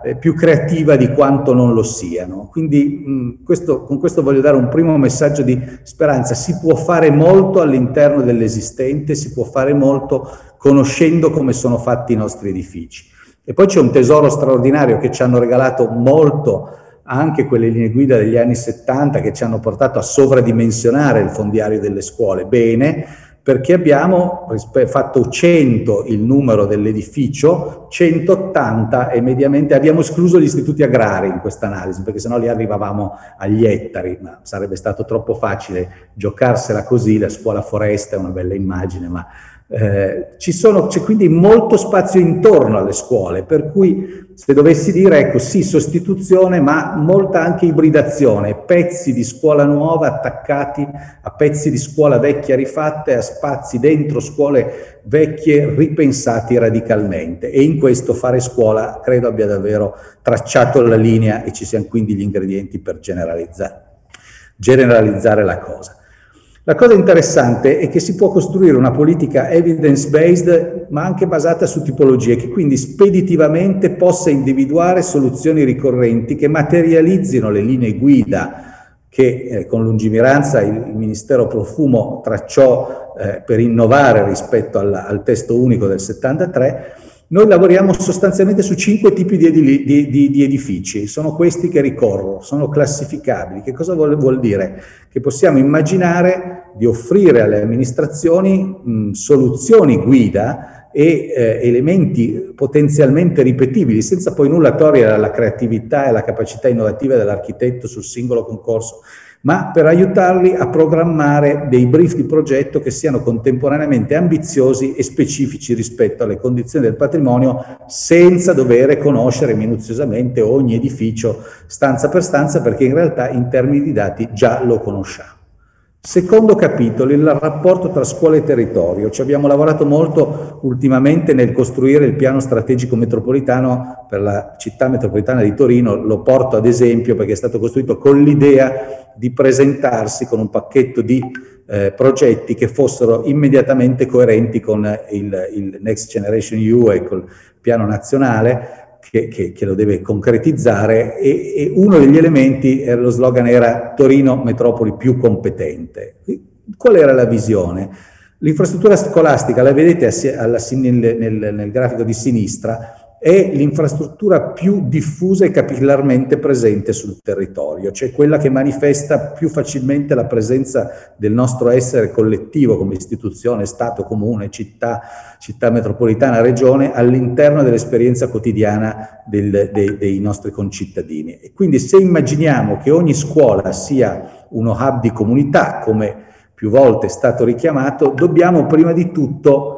eh, più creativa di quanto non lo siano. Quindi mh, questo, con questo voglio dare un primo messaggio di speranza. Si può fare molto all'interno dell'esistente, si può fare molto conoscendo come sono fatti i nostri edifici. E poi c'è un tesoro straordinario che ci hanno regalato molto anche quelle linee guida degli anni settanta che ci hanno portato a sovradimensionare il fondiario delle scuole. Bene, perché abbiamo fatto cento il numero dell'edificio, centottanta e mediamente abbiamo escluso gli istituti agrari in questa analisi, perché sennò lì arrivavamo agli ettari, ma sarebbe stato troppo facile giocarsela così. La scuola foresta è una bella immagine, ma eh, ci sono, c'è quindi molto spazio intorno alle scuole, per cui se dovessi dire, ecco sì, sostituzione, ma molta anche ibridazione, pezzi di scuola nuova attaccati a pezzi di scuola vecchia rifatte, a spazi dentro scuole vecchie ripensati radicalmente. E in questo fare scuola credo abbia davvero tracciato la linea e ci siano quindi gli ingredienti per generalizzare, generalizzare la cosa. La cosa interessante è che si può costruire una politica evidence-based, ma anche basata su tipologie, che quindi speditivamente possa individuare soluzioni ricorrenti che materializzino le linee guida che eh, con lungimiranza il, il Ministero Profumo tracciò eh, per innovare rispetto al, al testo unico del settantatré. Noi lavoriamo sostanzialmente su cinque tipi di, edili, di, di, di edifici, sono questi che ricorro, sono classificabili. Che cosa vuol, vuol dire? Che possiamo immaginare di offrire alle amministrazioni mh, soluzioni guida e eh, elementi potenzialmente ripetibili, senza poi nulla togliere alla creatività e alla capacità innovativa dell'architetto sul singolo concorso, ma per aiutarli a programmare dei brief di progetto che siano contemporaneamente ambiziosi e specifici rispetto alle condizioni del patrimonio, senza dover conoscere minuziosamente ogni edificio stanza per stanza, perché in realtà in termini di dati già lo conosciamo. Secondo capitolo, il rapporto tra scuola e territorio. Ci abbiamo lavorato molto ultimamente nel costruire il piano strategico metropolitano per la città metropolitana di Torino. Lo porto ad esempio perché è stato costruito con l'idea di presentarsi con un pacchetto di eh, progetti che fossero immediatamente coerenti con il, il Next Generation E U e col piano nazionale che, che, che lo deve concretizzare, e, e uno degli elementi, eh, lo slogan era Torino metropoli più competente. Qual era la visione? L'infrastruttura scolastica, la vedete alla, nel, nel, nel grafico di sinistra, è l'infrastruttura più diffusa e capillarmente presente sul territorio, cioè quella che manifesta più facilmente la presenza del nostro essere collettivo come istituzione, Stato, Comune, città, città metropolitana, regione, all'interno dell'esperienza quotidiana del, dei, dei nostri concittadini. E quindi se immaginiamo che ogni scuola sia uno hub di comunità, come più volte è stato richiamato, dobbiamo prima di tutto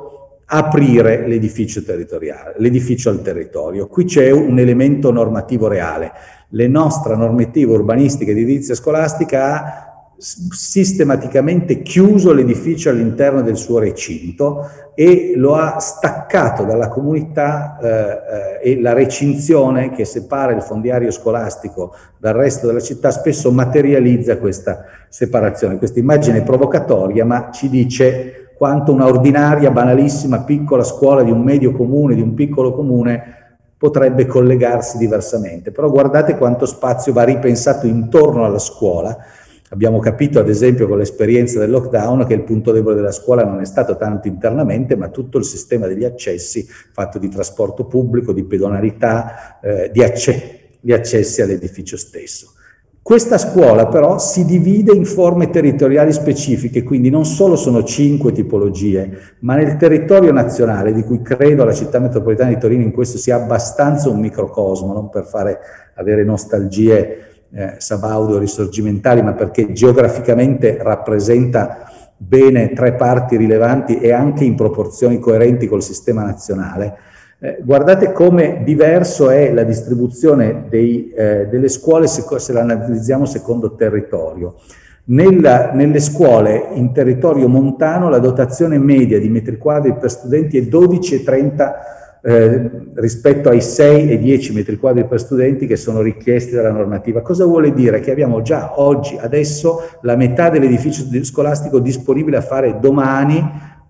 aprire l'edificio territoriale, l'edificio al territorio. Qui c'è un elemento normativo reale. La nostra normativa urbanistica ed edilizia scolastica ha sistematicamente chiuso l'edificio all'interno del suo recinto e lo ha staccato dalla comunità, eh, e la recinzione che separa il fondiario scolastico dal resto della città spesso materializza questa separazione. Questa immagine è provocatoria, ma ci dice quanto una ordinaria, banalissima, piccola scuola di un medio comune, di un piccolo comune, potrebbe collegarsi diversamente. Però guardate quanto spazio va ripensato intorno alla scuola. Abbiamo capito, ad esempio, con l'esperienza del lockdown, che il punto debole della scuola non è stato tanto internamente, ma tutto il sistema degli accessi, fatto di trasporto pubblico, di pedonalità, eh, di, acce- di accessi all'edificio stesso. Questa scuola però si divide in forme territoriali specifiche, quindi non solo sono cinque tipologie, ma nel territorio nazionale, di cui credo la città metropolitana di Torino in questo sia abbastanza un microcosmo, non per fare avere nostalgie eh, sabaudo risorgimentali, ma perché geograficamente rappresenta bene tre parti rilevanti e anche in proporzioni coerenti col sistema nazionale. Eh, guardate come diverso è la distribuzione dei, eh, delle scuole se, se la analizziamo secondo territorio. Nella, nelle scuole in territorio montano la dotazione media di metri quadri per studenti è dodici e trenta eh, rispetto ai sei e dieci metri quadri per studenti che sono richiesti dalla normativa. Cosa vuole dire? Che abbiamo già oggi, adesso, la metà dell'edificio scolastico disponibile a fare domani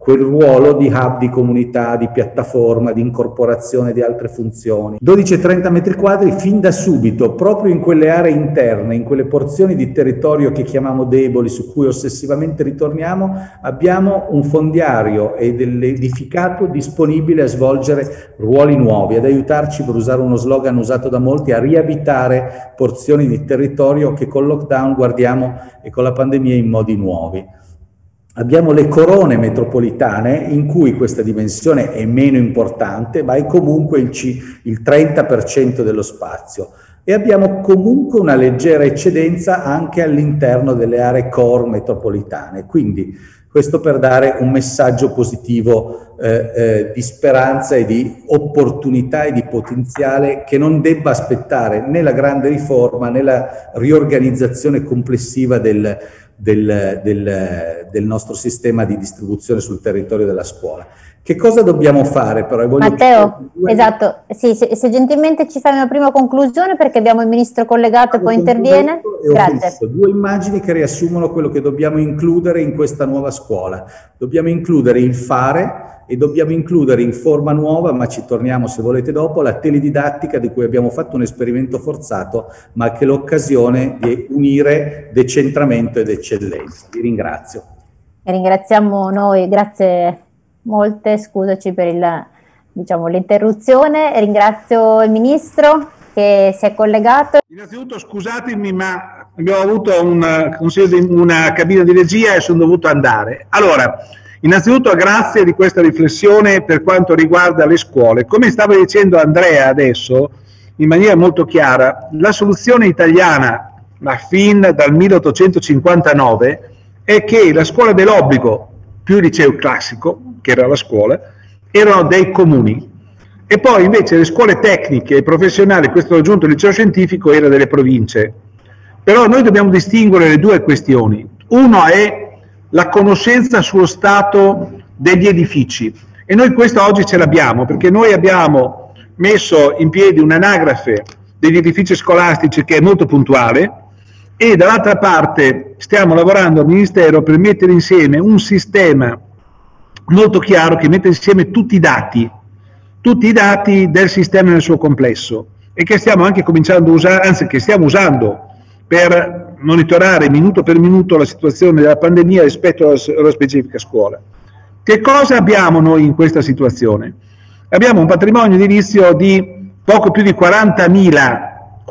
quel ruolo di hub, di comunità, di piattaforma, di incorporazione di altre funzioni. dodici e trenta metri quadri fin da subito, proprio in quelle aree interne, in quelle porzioni di territorio che chiamiamo deboli, su cui ossessivamente ritorniamo, abbiamo un fondiario e dell'edificato disponibile a svolgere ruoli nuovi, ad aiutarci, per usare uno slogan usato da molti, a riabitare porzioni di territorio che col lockdown guardiamo e con la pandemia in modi nuovi. Abbiamo le corone metropolitane in cui questa dimensione è meno importante, ma è comunque il, C, il trenta per cento dello spazio. E abbiamo comunque una leggera eccedenza anche all'interno delle aree core metropolitane. Quindi questo per dare un messaggio positivo eh, eh, di speranza e di opportunità e di potenziale che non debba aspettare né la grande riforma né la riorganizzazione complessiva del Del, del, del nostro sistema di distribuzione sul territorio della scuola. Che cosa dobbiamo fare però? Voglio Matteo, due... esatto, sì, se, se gentilmente ci fai una prima conclusione perché abbiamo il ministro collegato e poi interviene. Grazie. Due immagini che riassumono quello che dobbiamo includere in questa nuova scuola. Dobbiamo includere il fare e dobbiamo includere in forma nuova, ma ci torniamo se volete dopo, la teledidattica di cui abbiamo fatto un esperimento forzato, ma che è l'occasione di unire decentramento ed eccellenza. Vi ringrazio. E ringraziamo noi, grazie molte, scusaci per il, diciamo, l'interruzione, ringrazio il Ministro che si è collegato. Innanzitutto scusatemi, ma abbiamo avuto un consiglio di una cabina di regia e sono dovuto andare. Allora, innanzitutto grazie di questa riflessione per quanto riguarda le scuole. Come stava dicendo Andrea adesso, in maniera molto chiara, la soluzione italiana, ma fin dal milleottocentocinquantanove, è che la scuola dell'obbligo, più il liceo classico, che era la scuola, erano dei comuni. E poi invece le scuole tecniche e professionali, questo ho aggiunto il liceo scientifico, era delle province. Però noi dobbiamo distinguere le due questioni. Uno è la conoscenza sullo stato degli edifici, e noi questo oggi ce l'abbiamo, perché noi abbiamo messo in piedi un'anagrafe degli edifici scolastici che è molto puntuale, e dall'altra parte stiamo lavorando al Ministero per mettere insieme un sistema molto chiaro che mette insieme tutti i dati, tutti i dati del sistema nel suo complesso, e che stiamo anche cominciando a usare, anzi che stiamo usando per monitorare minuto per minuto la situazione della pandemia rispetto alla, alla specifica scuola. Che cosa abbiamo noi in questa situazione? Abbiamo un patrimonio edilizio di poco più di quarantamila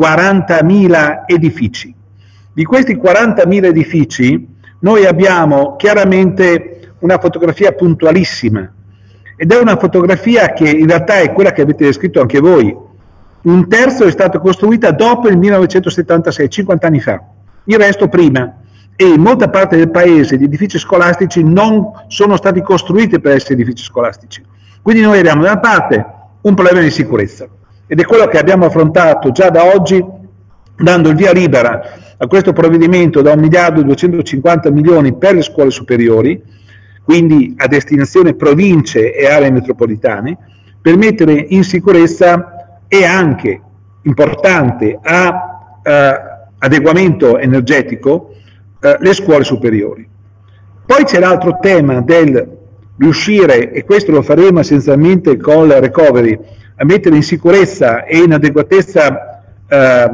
edifici. Di questi quarantamila edifici noi abbiamo chiaramente una fotografia puntualissima, ed è una fotografia che in realtà è quella che avete descritto anche voi. Un terzo è stato costruita dopo il millenovecentosettantasei, cinquanta anni fa, il resto prima, e in molta parte del paese gli edifici scolastici non sono stati costruiti per essere edifici scolastici. Quindi noi abbiamo da una parte un problema di sicurezza, ed è quello che abbiamo affrontato già da oggi, dando il via libera a questo provvedimento da un miliardo e duecentocinquanta milioni per le scuole superiori, quindi a destinazione province e aree metropolitane, per mettere in sicurezza e anche, importante, a eh, adeguamento energetico eh, le scuole superiori. Poi c'è l'altro tema del riuscire, e questo lo faremo essenzialmente con il recovery, a mettere in sicurezza e in adeguatezza eh,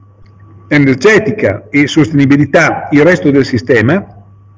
energetica e sostenibilità il resto del sistema,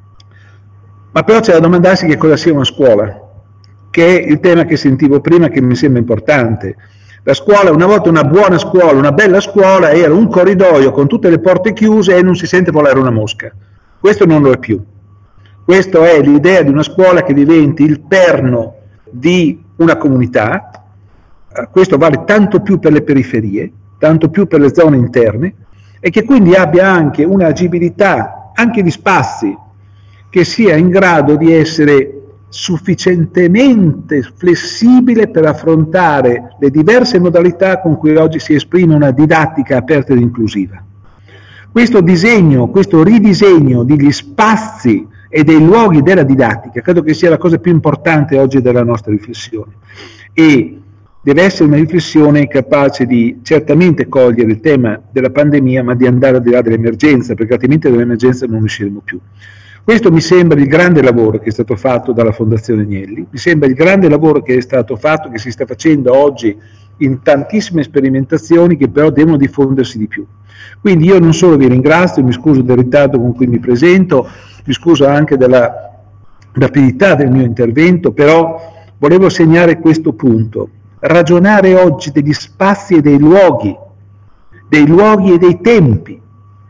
ma però c'è da domandarsi che cosa sia una scuola, che è il tema che sentivo prima, che mi sembra importante. La scuola, una volta una buona scuola, una bella scuola, era un corridoio con tutte le porte chiuse e non si sente volare una mosca. Questo non lo è più. Questa è l'idea di una scuola che diventi il perno di una comunità. Questo vale tanto più per le periferie, tanto più per le zone interne, e che quindi abbia anche un'agibilità, anche di spazi, che sia in grado di essere sufficientemente flessibile per affrontare le diverse modalità con cui oggi si esprime una didattica aperta ed inclusiva. Questo disegno, questo ridisegno degli spazi e dei luoghi della didattica, credo che sia la cosa più importante oggi della nostra riflessione, e deve essere una riflessione capace di certamente cogliere il tema della pandemia, ma di andare al di là dell'emergenza, perché altrimenti dall'emergenza non usciremo più. Questo mi sembra il grande lavoro che è stato fatto dalla Fondazione Agnelli, mi sembra il grande lavoro che è stato fatto, che si sta facendo oggi in tantissime sperimentazioni che però devono diffondersi di più. Quindi io non solo vi ringrazio, mi scuso del ritardo con cui mi presento, mi scuso anche della rapidità del mio intervento, però volevo segnare questo punto. Ragionare oggi degli spazi e dei luoghi, dei luoghi e dei tempi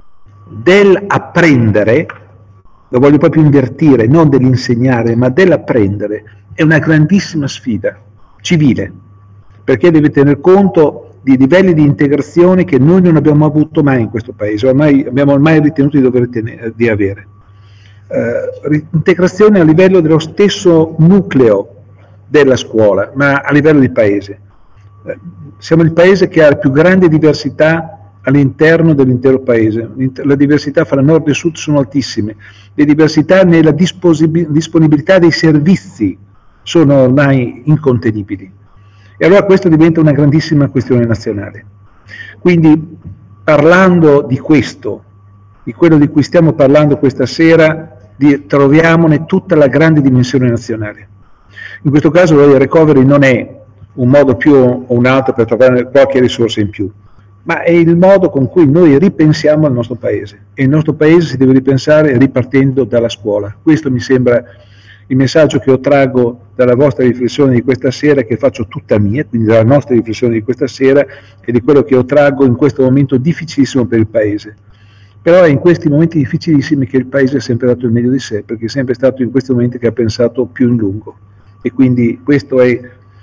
dell'apprendere, lo voglio proprio invertire, non dell'insegnare, ma dell'apprendere, è una grandissima sfida civile, perché deve tener conto di livelli di integrazione che noi non abbiamo avuto mai in questo paese, ormai abbiamo ormai ritenuto di dover tenere, di avere. Uh, integrazione a livello dello stesso nucleo della scuola, ma a livello di paese. Uh, siamo il paese che ha la più grande diversità all'interno dell'intero paese. Le diversità fra nord e sud sono altissime, le diversità nella disponibilità dei servizi sono ormai incontenibili. E allora questo diventa una grandissima questione nazionale. Quindi, parlando di questo, di quello di cui stiamo parlando questa sera, di, troviamone tutta la grande dimensione nazionale. In questo caso il recovery non è un modo più o un altro per trovare qualche risorsa in più, ma è il modo con cui noi ripensiamo al nostro paese, e il nostro paese si deve ripensare ripartendo dalla scuola. Questo mi sembra il messaggio che io traggo dalla vostra riflessione di questa sera, che faccio tutta mia, quindi dalla nostra riflessione di questa sera, e di quello che io traggo in questo momento difficilissimo per il paese. Però è in questi momenti difficilissimi che il paese ha sempre dato il meglio di sé, perché è sempre stato in questi momenti che ha pensato più in lungo. E quindi questo è,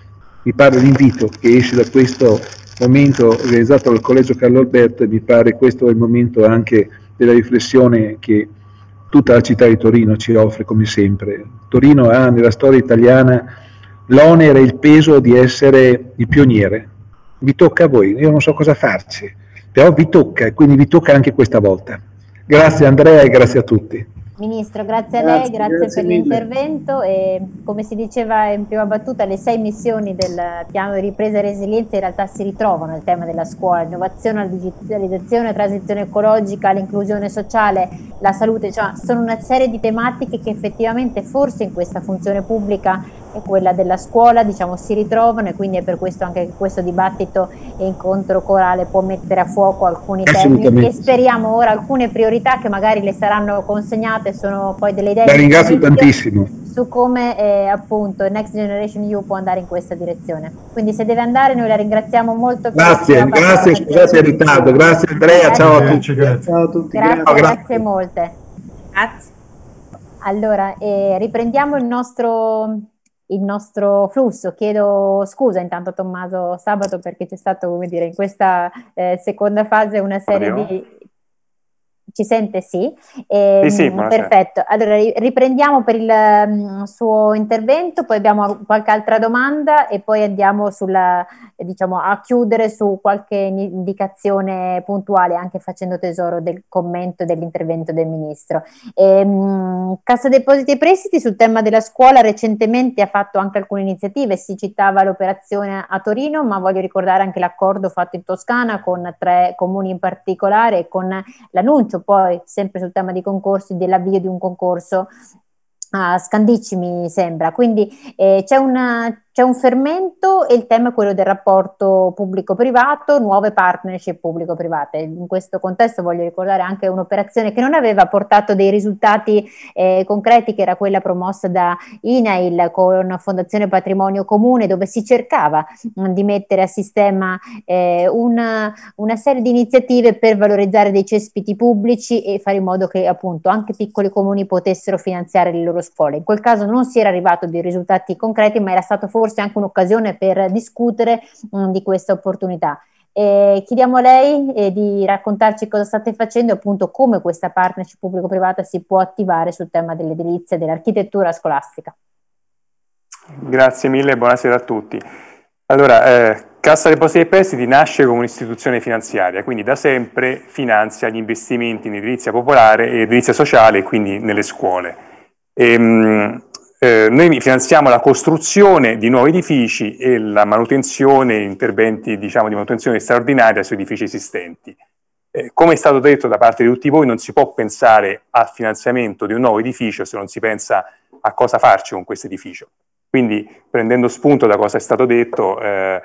mi pare, l'invito che esce da questo momento organizzato dal Collegio Carlo Alberto, e mi pare questo è il momento anche della riflessione che tutta la città di Torino ci offre, come sempre. Torino ha nella storia italiana l'onere e il peso di essere il pioniere. Vi tocca a voi, io non so cosa farci, però vi tocca, e quindi vi tocca anche questa volta. Grazie Andrea e grazie a tutti. Ministro, grazie a lei, Grazie, grazie, grazie per mille. l'intervento, e come si diceva in prima battuta, le sei missioni del piano di ripresa e resilienza in realtà si ritrovano nel tema della scuola: innovazione, la digitalizzazione, la transizione ecologica, l'inclusione sociale, la salute, cioè sono una serie di tematiche che effettivamente forse in questa funzione pubblica e quella della scuola, diciamo, si ritrovano, e quindi è per questo anche che questo dibattito e incontro corale può mettere a fuoco alcuni temi, e speriamo ora alcune priorità che magari le saranno consegnate, sono poi delle idee. La ringrazio tantissimo. Su come eh, appunto Next Generation E U può andare in questa direzione. Quindi se deve andare, noi la ringraziamo molto. Grazie, grazie, scusate il ritardo. Grazie Andrea, grazie. Ciao a tutti. Grazie. Ciao a tutti. Grazie, grazie. grazie molte. Grazie. Allora, eh, riprendiamo il nostro, il nostro flusso. Chiedo scusa intanto a Tommaso Sabato, perché c'è stato, come dire, in questa eh, seconda fase una serie Oddio. di... Ci sente? Sì. Eh, Sì, sì, buonasera. perfetto. Allora riprendiamo per il um, suo intervento, poi abbiamo qualche altra domanda e poi andiamo sulla, eh, diciamo, a chiudere su qualche indicazione puntuale, anche facendo tesoro del commento dell'intervento del Ministro. Eh, mh, Cassa Depositi e Prestiti sul tema della scuola recentemente ha fatto anche alcune iniziative, si citava l'operazione a Torino, ma voglio ricordare anche l'accordo fatto in Toscana con tre comuni in particolare, e con l'annuncio poi sempre sul tema di concorsi dell'avvio di un concorso a Scandicci, mi sembra. Quindi eh, c'è una c'è un fermento, e il tema è quello del rapporto pubblico-privato, nuove partnership pubblico-private. In questo contesto voglio ricordare anche un'operazione che non aveva portato dei risultati eh, concreti, che era quella promossa da I N A I L con Fondazione Patrimonio Comune, dove si cercava mh, di mettere a sistema eh, una, una serie di iniziative per valorizzare dei cespiti pubblici e fare in modo che appunto anche piccoli comuni potessero finanziare le loro scuole. In quel caso non si era arrivato a dei risultati concreti, ma era stato forse anche un'occasione per discutere mh, di questa opportunità. Eh, chiediamo a lei eh, di raccontarci cosa state facendo, appunto come questa partnership pubblico-privata si può attivare sul tema dell'edilizia e dell'architettura scolastica. Grazie mille e buonasera a tutti. Allora, eh, Cassa Depositi e Prestiti nasce come un'istituzione finanziaria, quindi da sempre finanzia gli investimenti in edilizia popolare e edilizia sociale, quindi nelle scuole. E, mh, Eh, noi finanziamo la costruzione di nuovi edifici e la manutenzione, interventi diciamo di manutenzione straordinaria su edifici esistenti. Eh, come è stato detto da parte di tutti voi, non si può pensare al finanziamento di un nuovo edificio se non si pensa a cosa farci con questo edificio. Quindi, prendendo spunto da cosa è stato detto, eh,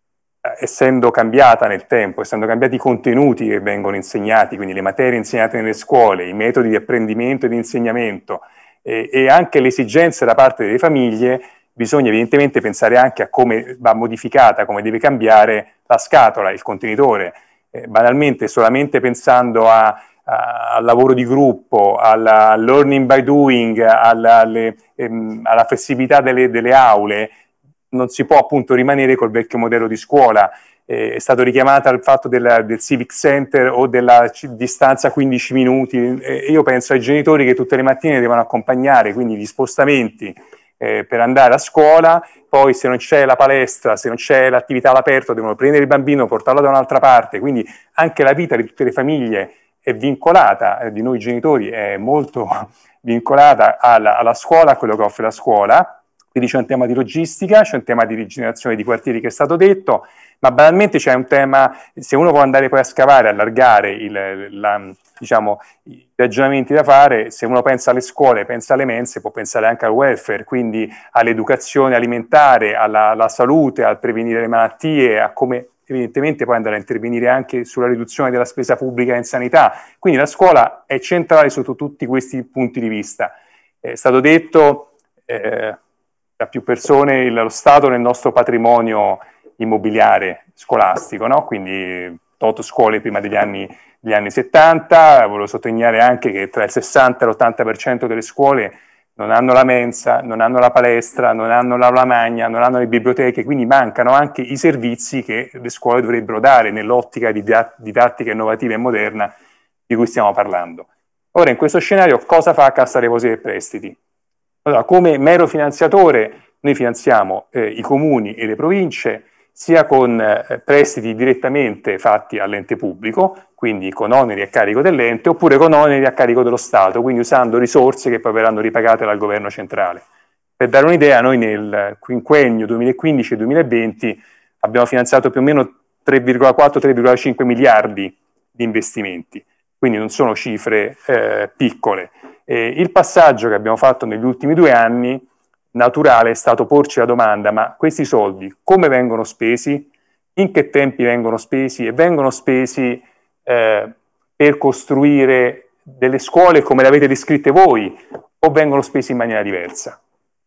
essendo cambiata nel tempo, essendo cambiati i contenuti che vengono insegnati, quindi le materie insegnate nelle scuole, i metodi di apprendimento e di insegnamento, eh, e anche le esigenze da parte delle famiglie, bisogna evidentemente pensare anche a come va modificata, come deve cambiare la scatola, il contenitore. Eh, banalmente, solamente pensando a, a, al lavoro di gruppo, alla learning by doing, alla, alle, ehm, alla flessibilità delle, delle aule, non si può appunto rimanere col vecchio modello di scuola. Eh, è stato richiamato il fatto del, del civic center o della c- distanza quindici minuti. Eh, io penso ai genitori che tutte le mattine devono accompagnare, quindi gli spostamenti eh, per andare a scuola. Poi se non c'è la palestra, se non c'è l'attività all'aperto, devono prendere il bambino, portarlo da un'altra parte, quindi anche la vita di tutte le famiglie è vincolata, eh, di noi genitori è molto vincolata alla, alla scuola, a quello che offre la scuola. Quindi c'è un tema di logistica, c'è un tema di rigenerazione di quartieri che è stato detto, ma banalmente c'è un tema, se uno vuole andare poi a scavare, allargare il, la, diciamo, i ragionamenti da fare, se uno pensa alle scuole, pensa alle mense, può pensare anche al welfare, quindi all'educazione alimentare, alla, alla salute, al prevenire le malattie, a come evidentemente poi andare a intervenire anche sulla riduzione della spesa pubblica in sanità. Quindi la scuola è centrale sotto tutti questi punti di vista. È stato detto eh, da più persone il, lo Stato nel nostro patrimonio immobiliare scolastico, no? Quindi otto scuole prima degli anni, degli anni settanta, volevo sottolineare anche che tra il sessanta e l'ottanta per cento delle scuole non hanno la mensa, non hanno la palestra, non hanno l'aula magna, non hanno le biblioteche, quindi mancano anche i servizi che le scuole dovrebbero dare nell'ottica di didattica innovativa e moderna di cui stiamo parlando. Ora, in questo scenario, cosa fa Cassa Depositi e Prestiti? Allora, come mero finanziatore, noi finanziamo eh, i comuni e le province, sia con eh, prestiti direttamente fatti all'ente pubblico, quindi con oneri a carico dell'ente, oppure con oneri a carico dello Stato, quindi usando risorse che poi verranno ripagate dal governo centrale. Per dare un'idea, noi nel quinquennio duemilaquindici duemilaventi abbiamo finanziato più o meno tre virgola quattro tre virgola cinque miliardi di investimenti, quindi non sono cifre eh, piccole. Eh, il passaggio che abbiamo fatto negli ultimi due anni naturale è stato porci la domanda: ma questi soldi come vengono spesi, in che tempi vengono spesi e vengono spesi eh, per costruire delle scuole come le avete descritte voi o vengono spesi in maniera diversa?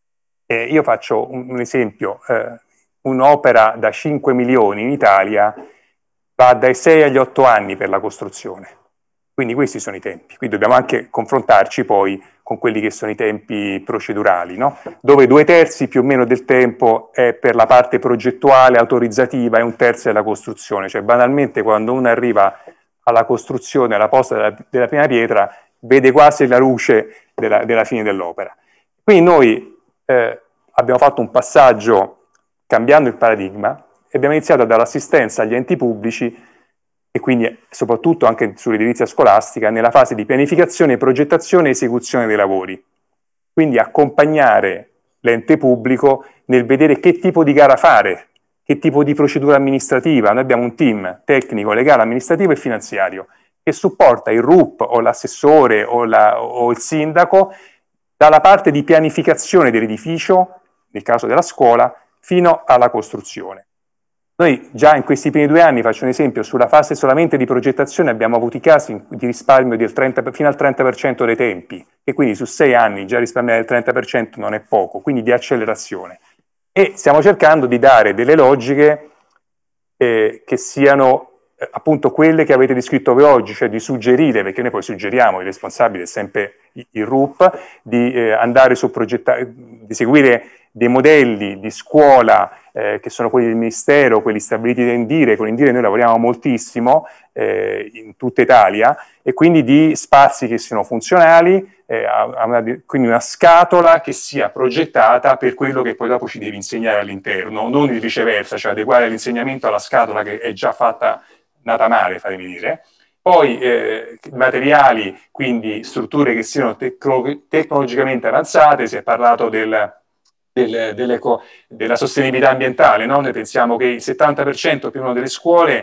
Eh, io faccio un, un esempio, eh, un'opera da cinque milioni in Italia va dai sei agli otto anni per la costruzione, quindi questi sono i tempi. Qui dobbiamo anche confrontarci poi con quelli che sono i tempi procedurali, no? Dove due terzi più o meno del tempo è per la parte progettuale, autorizzativa, e un terzo è la costruzione. Cioè banalmente quando uno arriva alla costruzione, alla posta della, della prima pietra, vede quasi la luce della, della fine dell'opera. Quindi noi eh, abbiamo fatto un passaggio cambiando il paradigma e abbiamo iniziato a dare assistenza agli enti pubblici e quindi soprattutto anche sull'edilizia scolastica, nella fase di pianificazione, progettazione e esecuzione dei lavori. Quindi accompagnare l'ente pubblico nel vedere che tipo di gara fare, che tipo di procedura amministrativa. Noi abbiamo un team tecnico, legale, amministrativo e finanziario che supporta il R U P o l'assessore o, la, o il sindaco dalla parte di pianificazione dell'edificio, nel caso della scuola, fino alla costruzione. Noi già in questi primi due anni, faccio un esempio, sulla fase solamente di progettazione abbiamo avuto i casi di risparmio del trenta, fino al trenta per cento dei tempi, e quindi su sei anni già risparmiare il trenta per cento non è poco, quindi di accelerazione. E stiamo cercando di dare delle logiche eh, che siano eh, appunto quelle che avete descritto voi oggi, cioè di suggerire, perché noi poi suggeriamo, il responsabile è sempre il R U P, di eh, andare su progettare, di seguire dei modelli di scuola eh, che sono quelli del Ministero, quelli stabiliti da Indire. Con Indire noi lavoriamo moltissimo eh, in tutta Italia, e quindi di spazi che siano funzionali, eh, a una, quindi una scatola che sia progettata per quello che poi dopo ci devi insegnare all'interno, non il viceversa, cioè adeguare l'insegnamento alla scatola che è già fatta, nata male, fatemi dire. Poi eh, materiali, quindi strutture che siano tecno tecnologicamente avanzate. Si è parlato del Del, delle, della sostenibilità ambientale, no? Noi pensiamo che il settanta per cento più o meno delle scuole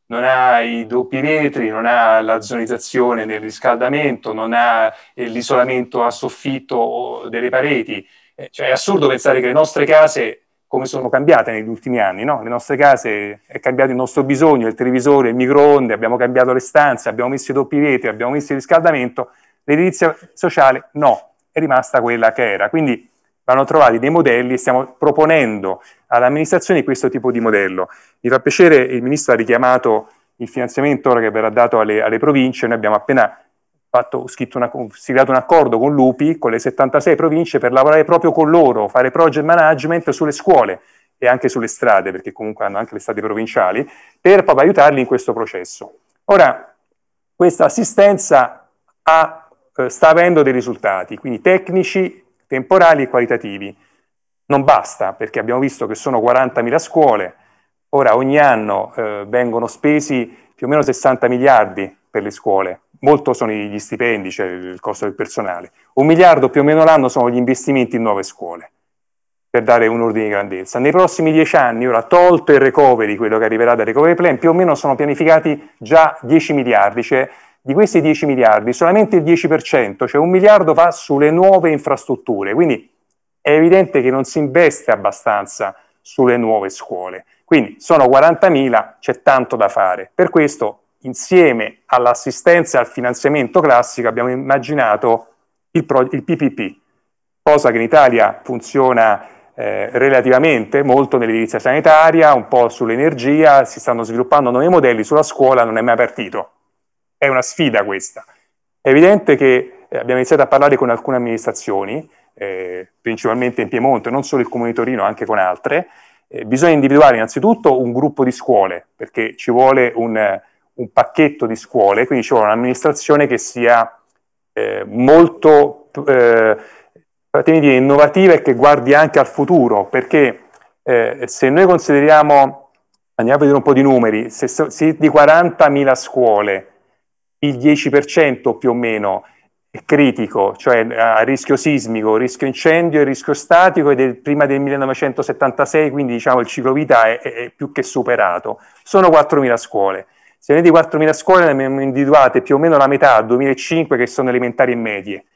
non ha i doppi vetri, non ha la zonizzazione nel riscaldamento, non ha l'isolamento a soffitto delle pareti. Eh, cioè è assurdo pensare che le nostre case come sono cambiate negli ultimi anni, no? Le nostre case è cambiato il nostro bisogno, il televisore, il microonde, abbiamo cambiato le stanze, abbiamo messo i doppi vetri, abbiamo messo il riscaldamento, l'edilizia sociale no, è rimasta quella che era. Quindi vanno trovati dei modelli e stiamo proponendo all'amministrazione questo tipo di modello. Mi fa piacere, il Ministro ha richiamato il finanziamento ora che verrà dato alle, alle province, noi abbiamo appena fatto, scritto una, siglato un accordo con l'U P I, con le settantasei province, per lavorare proprio con loro, fare project management sulle scuole e anche sulle strade, perché comunque hanno anche le strade provinciali, per proprio aiutarli in questo processo. Ora, questa assistenza ha, eh, sta avendo dei risultati, quindi tecnici, temporali e qualitativi. Non basta, perché abbiamo visto che sono quarantamila scuole, ora ogni anno eh, vengono spesi più o meno sessanta miliardi per le scuole, molto sono gli stipendi, cioè il costo del personale, un miliardo più o meno l'anno sono gli investimenti in nuove scuole, per dare un ordine di grandezza. Nei prossimi dieci anni, ora tolto il recovery, quello che arriverà dal recovery plan, più o meno sono pianificati già dieci miliardi, cioè di questi dieci miliardi solamente il dieci per cento, cioè un miliardo va sulle nuove infrastrutture, quindi è evidente che non si investe abbastanza sulle nuove scuole. Quindi sono quarantamila, c'è tanto da fare. Per questo, insieme all'assistenza e al finanziamento classico, abbiamo immaginato il, pro, il P P P, cosa che in Italia funziona eh, relativamente molto nell'edilizia sanitaria, un po' sull'energia, si stanno sviluppando nuovi modelli, sulla scuola non è mai partito. È una sfida questa. È evidente che eh, abbiamo iniziato a parlare con alcune amministrazioni, eh, principalmente in Piemonte, non solo il Comune di Torino, anche con altre. Eh, bisogna individuare innanzitutto un gruppo di scuole, perché ci vuole un, un pacchetto di scuole, quindi ci vuole un'amministrazione che sia eh, molto eh, dire, innovativa e che guardi anche al futuro, perché eh, se noi consideriamo, andiamo a vedere un po' di numeri, se, se di quarantamila scuole il dieci per cento più o meno è critico, cioè a rischio sismico, rischio incendio e rischio statico, ed è prima del millenovecentosettantasei, quindi diciamo il ciclo vita è, è più che superato. Sono quattromila scuole. Se noi di quattromila scuole ne abbiamo individuate più o meno la metà, duemilacinque, che sono elementari e medie,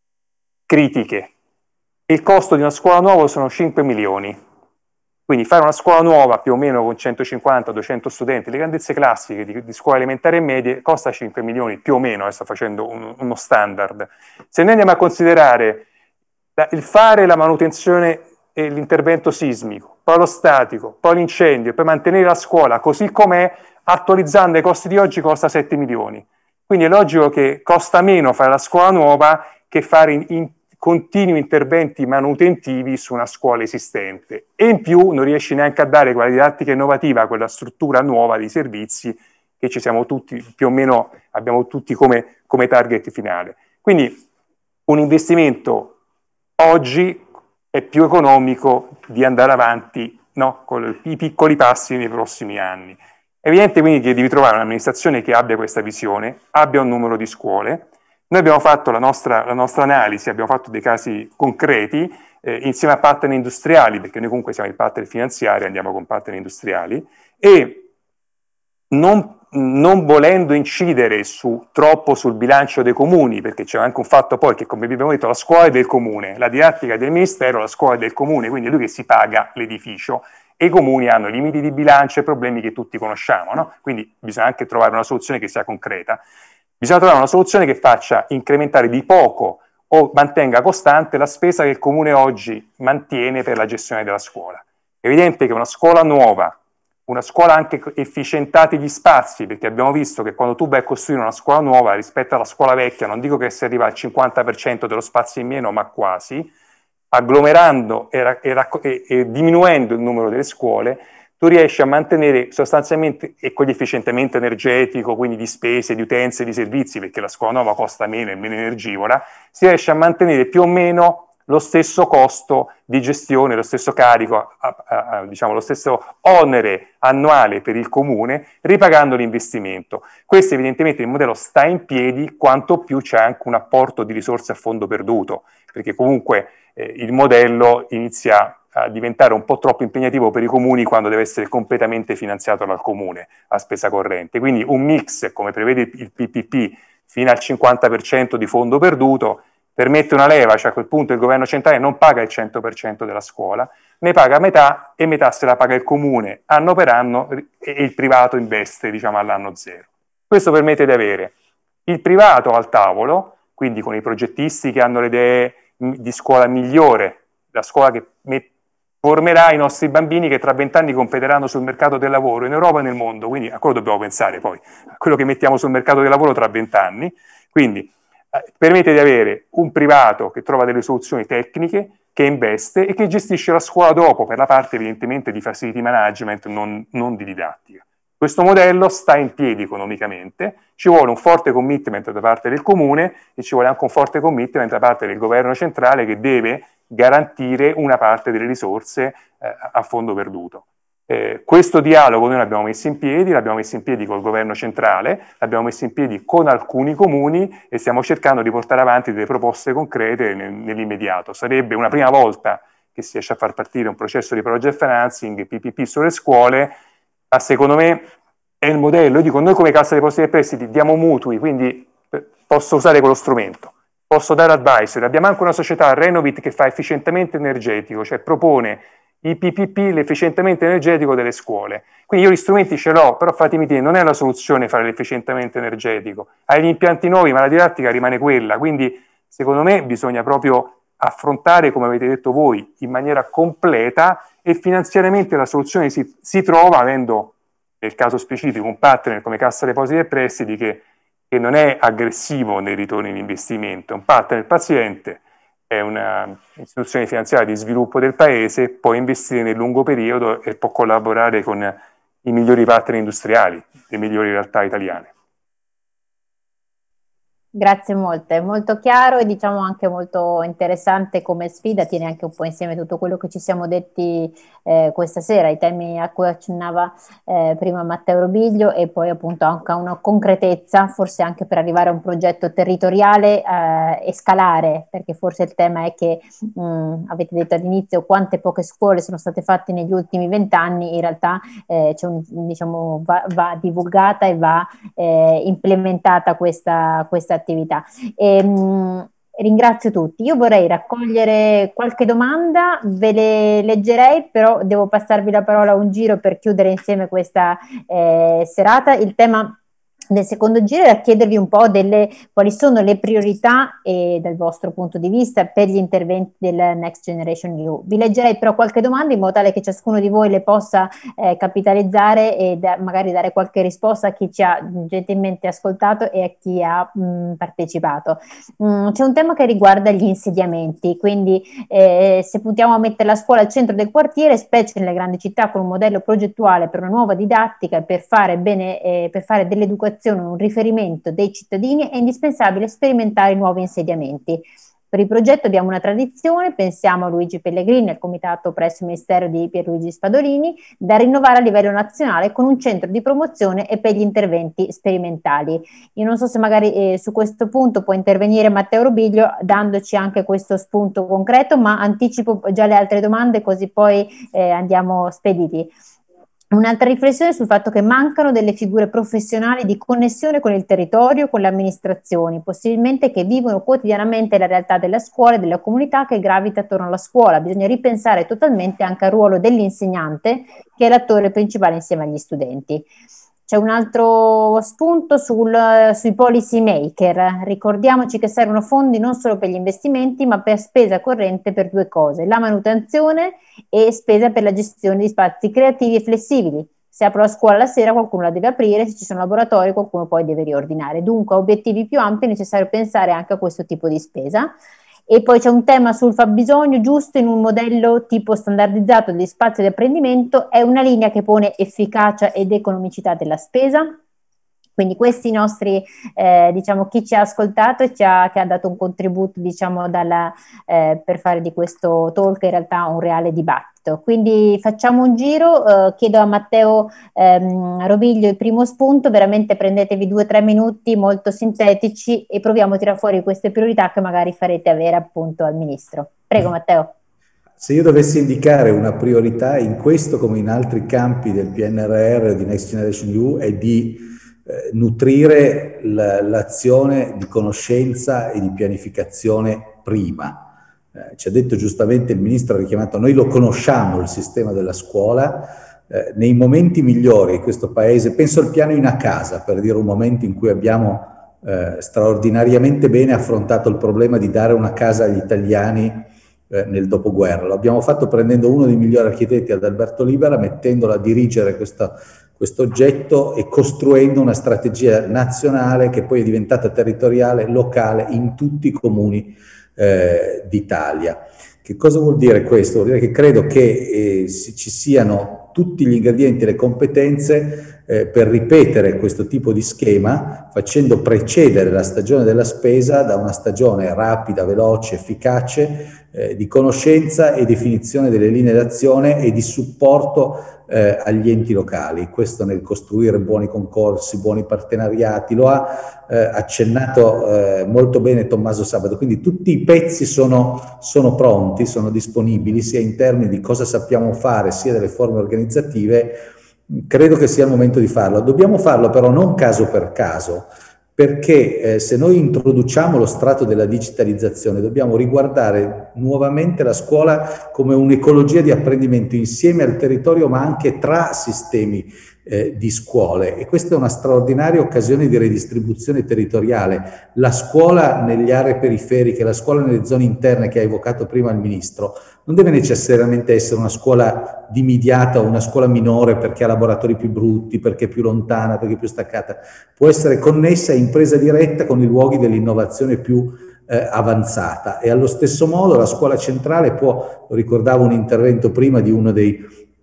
critiche. Il costo di una scuola nuova sono cinque milioni. Quindi fare una scuola nuova più o meno con centocinquanta duecento studenti, le grandezze classiche di, di scuole elementari e medie, costa cinque milioni più o meno, eh, sto facendo un, uno standard. Se noi andiamo a considerare la, il fare la manutenzione e l'intervento sismico, poi lo statico, poi l'incendio, poi mantenere la scuola così com'è, attualizzando i costi di oggi, costa sette milioni. Quindi è logico che costa meno fare la scuola nuova che fare in, in continui interventi manutentivi su una scuola esistente, e in più non riesci neanche a dare quella didattica innovativa, quella struttura nuova di servizi che ci siamo tutti, più o meno abbiamo tutti come, come target finale. Quindi un investimento oggi è più economico di andare avanti, no, con i piccoli passi nei prossimi anni. È evidente quindi che devi trovare un'amministrazione che abbia questa visione, abbia un numero di scuole. Noi abbiamo fatto la nostra, la nostra analisi, abbiamo fatto dei casi concreti eh, insieme a partner industriali, perché noi comunque siamo il partner finanziario, andiamo con partner industriali, e non, non volendo incidere su, troppo sul bilancio dei comuni, perché c'è anche un fatto poi che, come abbiamo detto, la scuola è del comune, la didattica è del Ministero, la scuola è del comune, quindi è lui che si paga l'edificio, e i comuni hanno limiti di bilancio e problemi che tutti conosciamo, no? Quindi bisogna anche trovare una soluzione che sia concreta. Bisogna trovare una soluzione che faccia incrementare di poco o mantenga costante la spesa che il comune oggi mantiene per la gestione della scuola. È evidente che una scuola nuova, una scuola anche efficientati gli spazi, perché abbiamo visto che quando tu vai a costruire una scuola nuova rispetto alla scuola vecchia, non dico che si arriva al cinquanta per cento dello spazio in meno, ma quasi, agglomerando e, e, e diminuendo il numero delle scuole, tu riesci a mantenere sostanzialmente, e con l'efficientamento energetico, quindi di spese, di utenze, di servizi, perché la scuola nuova costa meno e meno energivora, si riesce a mantenere più o meno lo stesso costo di gestione, lo stesso carico, a, a, a, diciamo lo stesso onere annuale per il comune, ripagando l'investimento. Questo evidentemente il modello sta in piedi quanto più c'è anche un apporto di risorse a fondo perduto, perché comunque eh, il modello inizia a diventare un po' troppo impegnativo per i comuni quando deve essere completamente finanziato dal comune a spesa corrente. Quindi un mix, come prevede il P P P, fino al cinquanta per cento di fondo perduto, permette una leva, cioè a quel punto il governo centrale non paga il cento per cento della scuola, ne paga metà e metà se la paga il comune anno per anno e il privato investe, diciamo, all'anno zero. Questo permette di avere il privato al tavolo, quindi con i progettisti che hanno le idee di scuola migliore, la scuola che formerà i nostri bambini che tra vent'anni competeranno sul mercato del lavoro in Europa e nel mondo, quindi a quello dobbiamo pensare poi, a quello che mettiamo sul mercato del lavoro tra vent'anni, quindi eh, permette di avere un privato che trova delle soluzioni tecniche, che investe e che gestisce la scuola dopo, per la parte evidentemente di facility management, non, non di didattica. Questo modello sta in piedi economicamente, ci vuole un forte commitment da parte del comune e ci vuole anche un forte commitment da parte del governo centrale che deve garantire una parte delle risorse eh, a fondo perduto. Eh, questo dialogo noi l'abbiamo messo in piedi, l'abbiamo messo in piedi col governo centrale, l'abbiamo messo in piedi con alcuni comuni e stiamo cercando di portare avanti delle proposte concrete nel, nell'immediato. Sarebbe una prima volta che si riesce a far partire un processo di project financing, P P P sulle scuole, ma secondo me è il modello. Io dico, noi come Cassa Depositi e Prestiti diamo mutui, quindi posso usare quello strumento. Posso dare advisory, abbiamo anche una società, Renovit, che fa efficientamento energetico, cioè propone i P P P, l'efficientamento energetico delle scuole. Quindi io gli strumenti ce l'ho, però fatemi dire, non è la soluzione fare l'efficientamento energetico. Hai gli impianti nuovi, ma la didattica rimane quella. Quindi secondo me bisogna proprio affrontare, come avete detto voi, in maniera completa, e finanziariamente la soluzione si, si trova avendo, nel caso specifico, un partner come Cassa Depositi e Prestiti che che non è aggressivo nei ritorni di investimento, è un partner paziente, è un'istituzione finanziaria di sviluppo del paese, può investire nel lungo periodo e può collaborare con i migliori partner industriali, le migliori realtà italiane. Grazie molte, è molto chiaro e diciamo anche molto interessante come sfida, tiene anche un po' insieme tutto quello che ci siamo detti eh, questa sera, i temi a cui accennava eh, prima Matteo Robiglio, e poi appunto anche una concretezza, forse anche per arrivare a un progetto territoriale eh, e scalare, perché forse il tema è che mh, avete detto all'inizio quante poche scuole sono state fatte negli ultimi vent'anni, in realtà eh, c'è un, diciamo, va, va divulgata e va eh, implementata questa, questa attività. E, mh, ringrazio tutti. Io vorrei raccogliere qualche domanda, ve le leggerei, però devo passarvi la parola a un giro per chiudere insieme questa eh, serata. Il tema del secondo giro era chiedervi un po' delle quali sono le priorità eh, dal vostro punto di vista per gli interventi del Next Generation E U. Vi leggerei però qualche domanda in modo tale che ciascuno di voi le possa eh, capitalizzare e da, magari dare qualche risposta a chi ci ha gentilmente ascoltato e a chi ha mh, partecipato. Mm, c'è un tema che riguarda gli insediamenti, quindi eh, se puntiamo a mettere la scuola al centro del quartiere, specie nelle grandi città, con un modello progettuale per una nuova didattica e per fare bene, eh, per fare dell'educazione un riferimento dei cittadini, è indispensabile sperimentare nuovi insediamenti. Per il progetto abbiamo una tradizione, pensiamo a Luigi Pellegrini, al comitato presso il Ministero di Pierluigi Spadolini, da rinnovare a livello nazionale con un centro di promozione e per gli interventi sperimentali. Io non so se magari eh, su questo punto può intervenire Matteo Robiglio dandoci anche questo spunto concreto, ma anticipo già le altre domande così poi eh, andiamo spediti. Un'altra riflessione sul fatto che mancano delle figure professionali di connessione con il territorio, con le amministrazioni, possibilmente che vivono quotidianamente la realtà della scuola e della comunità che gravita attorno alla scuola. Bisogna ripensare totalmente anche al ruolo dell'insegnante, che è l'attore principale insieme agli studenti. C'è un altro spunto sul, sui policy maker. Ricordiamoci che servono fondi non solo per gli investimenti, ma per spesa corrente per due cose: la manutenzione e spesa per la gestione di spazi creativi e flessibili. Se apro la scuola la sera qualcuno la deve aprire, se ci sono laboratori qualcuno poi deve riordinare. Dunque a obiettivi più ampi è necessario pensare anche a questo tipo di spesa. E poi c'è un tema sul fabbisogno giusto in un modello tipo standardizzato degli spazi di apprendimento, è una linea che pone efficacia ed economicità della spesa. Quindi questi nostri, eh, diciamo, chi ci ha ascoltato e ci ha, che ha dato un contributo, diciamo, dalla, eh, per fare di questo talk in realtà un reale dibattito. Quindi facciamo un giro, eh, chiedo a Matteo ehm, Roviglio il primo spunto, veramente prendetevi due o tre minuti molto sintetici e proviamo a tirare fuori queste priorità che magari farete avere appunto al Ministro. Prego Matteo. Se io dovessi indicare una priorità in questo come in altri campi del P N R R di Next Generation E U è di Eh, nutrire l'azione di conoscenza e di pianificazione prima. Eh, ci ha detto giustamente il Ministro, ha richiamato, noi lo conosciamo il sistema della scuola, eh, nei momenti migliori di questo Paese, penso al piano in a casa, per dire un momento in cui abbiamo eh, straordinariamente bene affrontato il problema di dare una casa agli italiani eh, nel dopoguerra. Lo abbiamo fatto prendendo uno dei migliori architetti, Adalberto Libera, mettendolo a dirigere questa questo oggetto e costruendo una strategia nazionale che poi è diventata territoriale, locale, in tutti i comuni eh, d'Italia. Che cosa vuol dire questo? Vuol dire che credo che eh, ci siano tutti gli ingredienti e le competenze eh, per ripetere questo tipo di schema, facendo precedere la stagione della spesa da una stagione rapida, veloce, efficace, eh, di conoscenza e definizione delle linee d'azione e di supporto Eh, agli enti locali. Questo nel costruire buoni concorsi, buoni partenariati, lo ha eh, accennato eh, molto bene Tommaso Sabato, quindi tutti i pezzi sono, sono pronti, sono disponibili sia in termini di cosa sappiamo fare sia delle forme organizzative. Credo che sia il momento di farlo. Dobbiamo farlo però non caso per caso, perché eh, se noi introduciamo lo strato della digitalizzazione dobbiamo riguardare nuovamente la scuola come un'ecologia di apprendimento insieme al territorio ma anche tra sistemi eh, di scuole, e questa è una straordinaria occasione di redistribuzione territoriale. La scuola nelle aree periferiche, la scuola nelle zone interne che ha evocato prima il Ministro, non deve necessariamente essere una scuola dimidiata o una scuola minore perché ha laboratori più brutti, perché è più lontana, perché è più staccata. Può essere connessa in presa diretta con i luoghi dell'innovazione più eh, avanzata. E allo stesso modo la scuola centrale può, lo ricordavo un intervento prima di uno dei,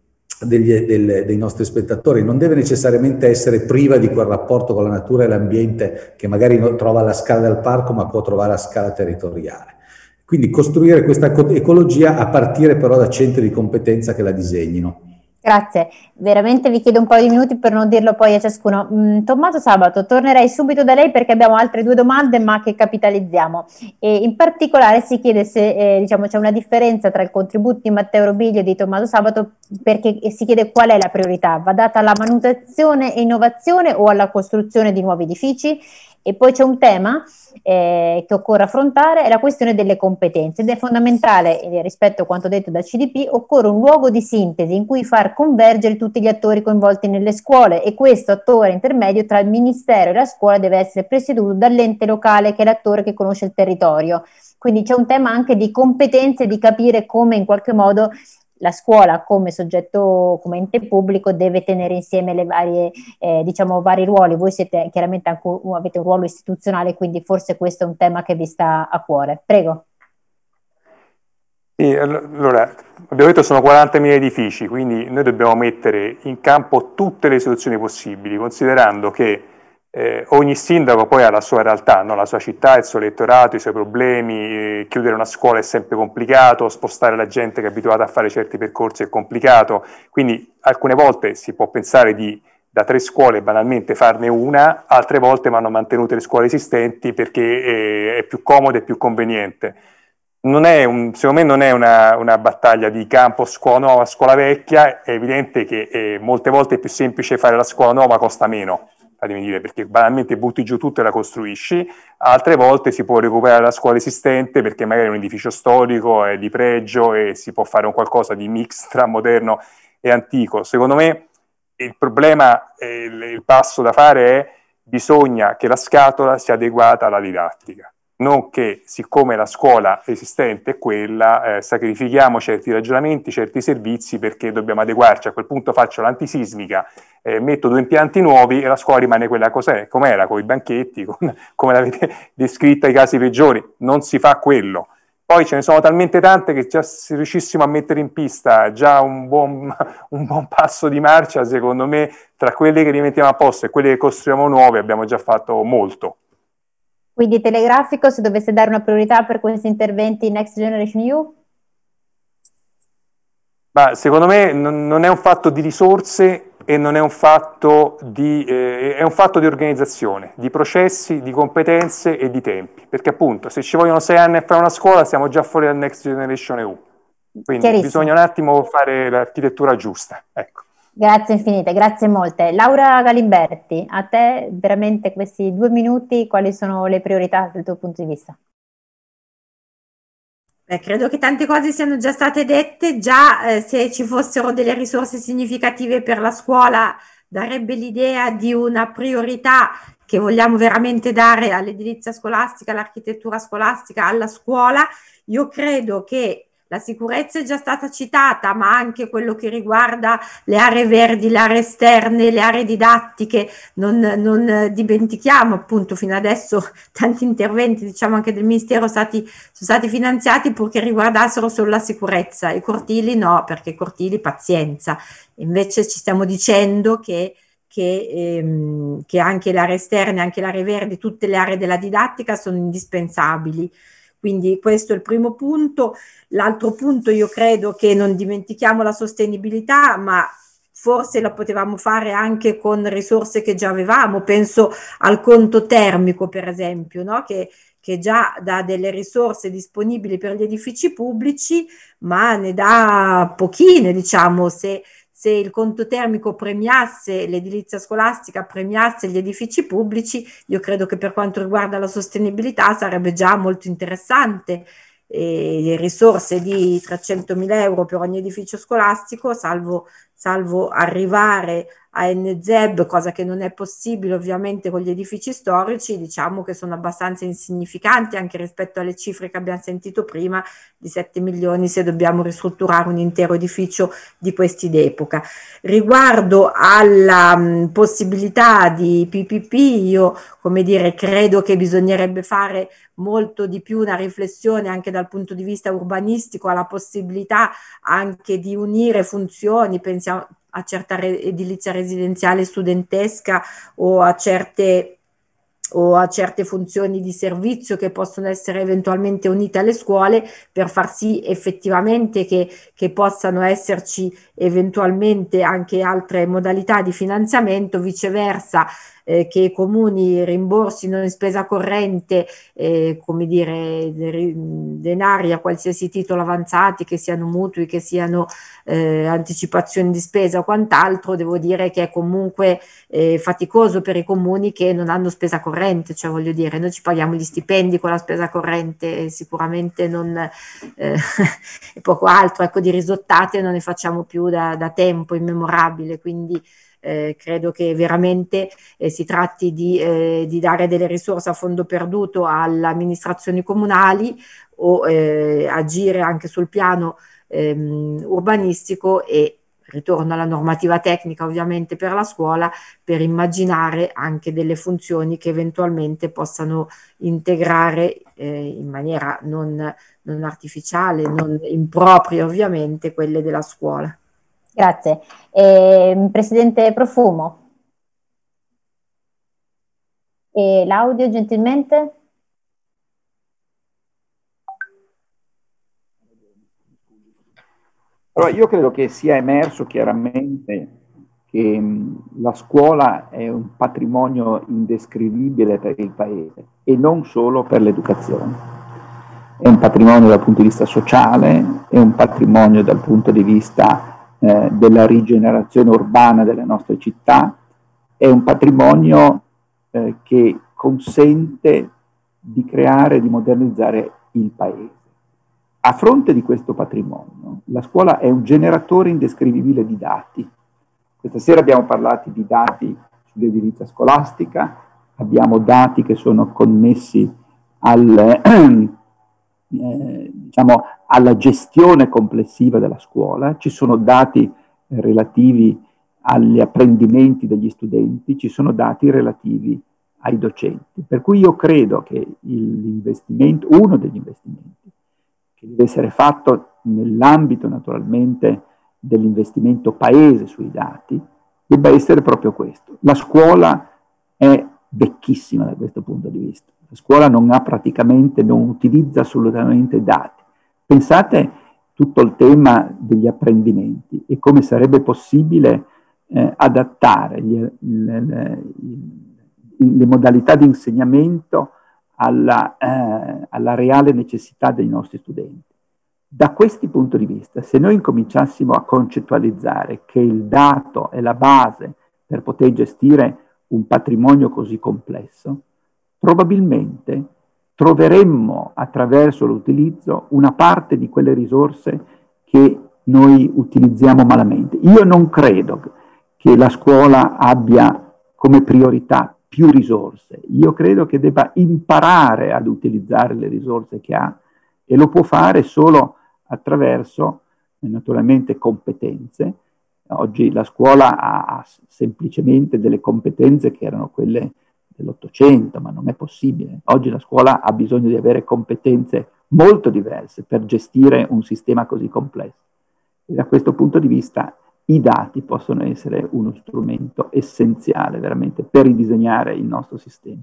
degli, del, dei nostri spettatori, non deve necessariamente essere priva di quel rapporto con la natura e l'ambiente che magari non trova alla scala del parco ma può trovare a scala territoriale. Quindi costruire questa ecologia a partire però da centri di competenza che la disegnino. Grazie, veramente vi chiedo un po' di minuti per non dirlo poi a ciascuno. Mm, Tommaso Sabato, tornerei subito da lei perché abbiamo altre due domande ma che capitalizziamo. E in particolare si chiede se eh, diciamo, c'è una differenza tra il contributo di Matteo Roviglio e di Tommaso Sabato, perché si chiede qual è la priorità, va data alla manutenzione e innovazione o alla costruzione di nuovi edifici? E poi c'è un tema eh, che occorre affrontare, è la questione delle competenze, ed è fondamentale, eh, rispetto a quanto detto dal C D P, occorre un luogo di sintesi in cui far convergere tutti gli attori coinvolti nelle scuole, e questo attore intermedio tra il Ministero e la scuola deve essere presieduto dall'ente locale, che è l'attore che conosce il territorio. Quindi c'è un tema anche di competenze, di capire come in qualche modo la scuola come soggetto, come ente pubblico, deve tenere insieme le varie, eh, diciamo, vari ruoli. Voi siete chiaramente anche, avete un ruolo istituzionale, quindi forse questo è un tema che vi sta a cuore. Prego. Sì, allora, abbiamo detto sono quarantamila edifici, quindi noi dobbiamo mettere in campo tutte le soluzioni possibili, considerando che Eh, ogni sindaco poi ha la sua realtà, no? La sua città, il suo elettorato, i suoi problemi, eh, chiudere una scuola è sempre complicato, spostare la gente che è abituata a fare certi percorsi è complicato, quindi alcune volte si può pensare di da tre scuole banalmente farne una, altre volte vanno mantenute le scuole esistenti perché eh, è più comodo e più conveniente. Non è un, secondo me non è una, una battaglia di campo scuola nuova, scuola vecchia, è evidente che eh, molte volte è più semplice fare la scuola nuova, costa meno. Fatemi dire, perché banalmente butti giù tutto e la costruisci, altre volte si può recuperare la scuola esistente perché magari è un edificio storico, è di pregio e si può fare un qualcosa di mix tra moderno e antico. Secondo me il problema, eh, il, il passo da fare è bisogna che la scatola sia adeguata alla didattica, non che siccome la scuola esistente è quella, eh, sacrifichiamo certi ragionamenti, certi servizi perché dobbiamo adeguarci. A quel punto faccio l'antisismica, eh, metto due impianti nuovi e la scuola rimane quella cos'è, com'era, con i banchetti, con, come l'avete descritta i casi peggiori. Non si fa quello. Poi ce ne sono talmente tante che già se riuscissimo a mettere in pista già un buon, un buon passo di marcia, secondo me, tra quelle che rimettiamo a posto e quelle che costruiamo nuove abbiamo già fatto molto. Quindi telegrafico, se dovesse dare una priorità per questi interventi Next Generation E U? Ma secondo me non, non è un fatto di risorse e non è un fatto di, eh, è un fatto di organizzazione, di processi, di competenze e di tempi, perché appunto se ci vogliono sei anni a fare una scuola siamo già fuori dal Next Generation E U, quindi bisogna un attimo fare l'architettura giusta. Ecco. Grazie infinite, grazie molte. Laura Galimberti, a te veramente questi due minuti, quali sono le priorità dal tuo punto di vista? Beh, credo che tante cose siano già state dette, già eh, se ci fossero delle risorse significative per la scuola darebbe l'idea di una priorità che vogliamo veramente dare all'edilizia scolastica, all'architettura scolastica, alla scuola. Io credo che la sicurezza è già stata citata, ma anche quello che riguarda le aree verdi, le aree esterne, le aree didattiche, non, non dimentichiamo appunto fino adesso tanti interventi, diciamo anche del Ministero, stati, sono stati finanziati purché riguardassero solo la sicurezza, i cortili no, perché i cortili pazienza, invece ci stiamo dicendo che Che, ehm, che anche le aree esterne, anche le aree verdi, tutte le aree della didattica sono indispensabili. Quindi questo è il primo punto. L'altro punto, io credo che non dimentichiamo la sostenibilità, ma forse la potevamo fare anche con risorse che già avevamo. Penso al conto termico, per esempio, no? che, che già dà delle risorse disponibili per gli edifici pubblici, ma ne dà pochine, diciamo, se se il conto termico premiasse l'edilizia scolastica, premiasse gli edifici pubblici, io credo che per quanto riguarda la sostenibilità sarebbe già molto interessante. E risorse di trecentomila euro per ogni edificio scolastico, salvo, salvo arrivare a N Z E B, cosa che non è possibile ovviamente con gli edifici storici, diciamo che sono abbastanza insignificanti anche rispetto alle cifre che abbiamo sentito prima di sette milioni se dobbiamo ristrutturare un intero edificio di questi d'epoca. Riguardo alla mh, possibilità di P P P, io come dire credo che bisognerebbe fare molto di più una riflessione anche dal punto di vista urbanistico alla possibilità anche di unire funzioni, pensiamo a certa re- edilizia residenziale studentesca o a certe o a certe funzioni di servizio che possono essere eventualmente unite alle scuole per far sì effettivamente che, che possano esserci eventualmente anche altre modalità di finanziamento, viceversa eh, che i comuni rimborsino in spesa corrente eh, come dire denari a qualsiasi titolo avanzati, che siano mutui, che siano eh, anticipazioni di spesa o quant'altro. Devo dire che è comunque eh, faticoso per i comuni che non hanno spesa corrente, cioè voglio dire, noi ci paghiamo gli stipendi con la spesa corrente, sicuramente non eh, e poco altro, ecco, di risottate non ne facciamo più da, da tempo immemorabile, quindi Eh, credo che veramente eh, si tratti di, eh, di dare delle risorse a fondo perduto alle amministrazioni comunali o eh, agire anche sul piano ehm, urbanistico e ritorno alla normativa tecnica ovviamente per la scuola, per immaginare anche delle funzioni che eventualmente possano integrare eh, in maniera non, non artificiale, non impropria ovviamente, quelle della scuola. Grazie. Eh, Presidente Profumo. E l'audio gentilmente? Allora, io credo che sia emerso chiaramente che mh, la scuola è un patrimonio indescrivibile per il Paese e non solo per l'educazione. È un patrimonio dal punto di vista sociale, è un patrimonio dal punto di vista Eh, della rigenerazione urbana delle nostre città, è un patrimonio eh, che consente di creare e di modernizzare il Paese. A fronte di questo patrimonio, la scuola è un generatore indescrivibile di dati. Questa sera abbiamo parlato di dati sull'edilizia scolastica, abbiamo dati che sono connessi al Eh, diciamo, alla gestione complessiva della scuola, ci sono dati eh, relativi agli apprendimenti degli studenti, ci sono dati relativi ai docenti. Per cui io credo che l'investimento, uno degli investimenti che deve essere fatto nell'ambito naturalmente dell'investimento paese sui dati, debba essere proprio questo. La scuola è vecchissima da questo punto di vista. La scuola non ha praticamente, non utilizza assolutamente dati. Pensate tutto il tema degli apprendimenti e come sarebbe possibile eh, adattare gli, le, le, le modalità di insegnamento alla, eh, alla reale necessità dei nostri studenti. Da questi punti di vista, se noi incominciassimo a concettualizzare che il dato è la base per poter gestire un patrimonio così complesso, probabilmente troveremmo attraverso l'utilizzo una parte di quelle risorse che noi utilizziamo malamente. Io non credo che la scuola abbia come priorità più risorse, io credo che debba imparare ad utilizzare le risorse che ha e lo può fare solo attraverso naturalmente competenze. Oggi la scuola ha, ha semplicemente delle competenze che erano quelle dell'Ottocento, ma non è possibile. Oggi la scuola ha bisogno di avere competenze molto diverse per gestire un sistema così complesso. E da questo punto di vista i dati possono essere uno strumento essenziale veramente per ridisegnare il nostro sistema.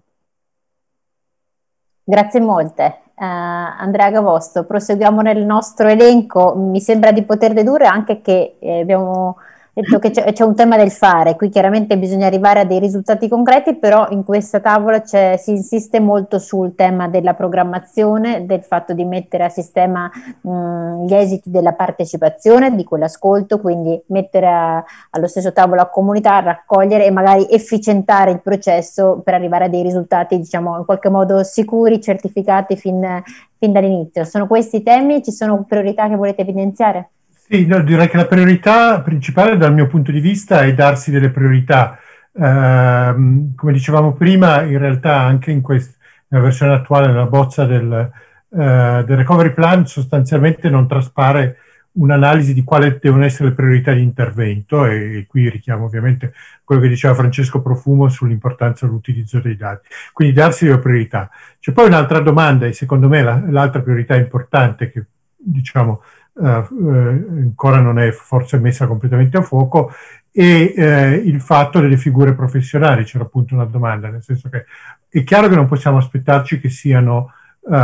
Grazie molte. Uh, Andrea Gavosto, proseguiamo nel nostro elenco. Mi sembra di poter dedurre anche che eh, abbiamo detto che c'è un tema del fare, qui chiaramente bisogna arrivare a dei risultati concreti, però in questa tavola si insiste molto sul tema della programmazione, del fatto di mettere a sistema mh, gli esiti della partecipazione, di quell'ascolto, quindi mettere a, allo stesso tavolo la comunità, raccogliere e magari efficientare il processo per arrivare a dei risultati, diciamo, in qualche modo sicuri, certificati fin, fin dall'inizio. Sono questi i temi? Ci sono priorità che volete evidenziare? Sì, no, direi che la priorità principale dal mio punto di vista è darsi delle priorità. Eh, come dicevamo prima, in realtà anche in questa, nella versione attuale, nella bozza del, eh, del recovery plan, sostanzialmente non traspare un'analisi di quali devono essere le priorità di intervento, e, e qui richiamo ovviamente quello che diceva Francesco Profumo sull'importanza dell'utilizzo dei dati. Quindi darsi le priorità. C'è poi un'altra domanda, e secondo me la, l'altra priorità importante che diciamo Uh, uh, ancora non è forse messa completamente a fuoco, e uh, il fatto delle figure professionali. C'era appunto una domanda, nel senso che è chiaro che non possiamo aspettarci che siano uh,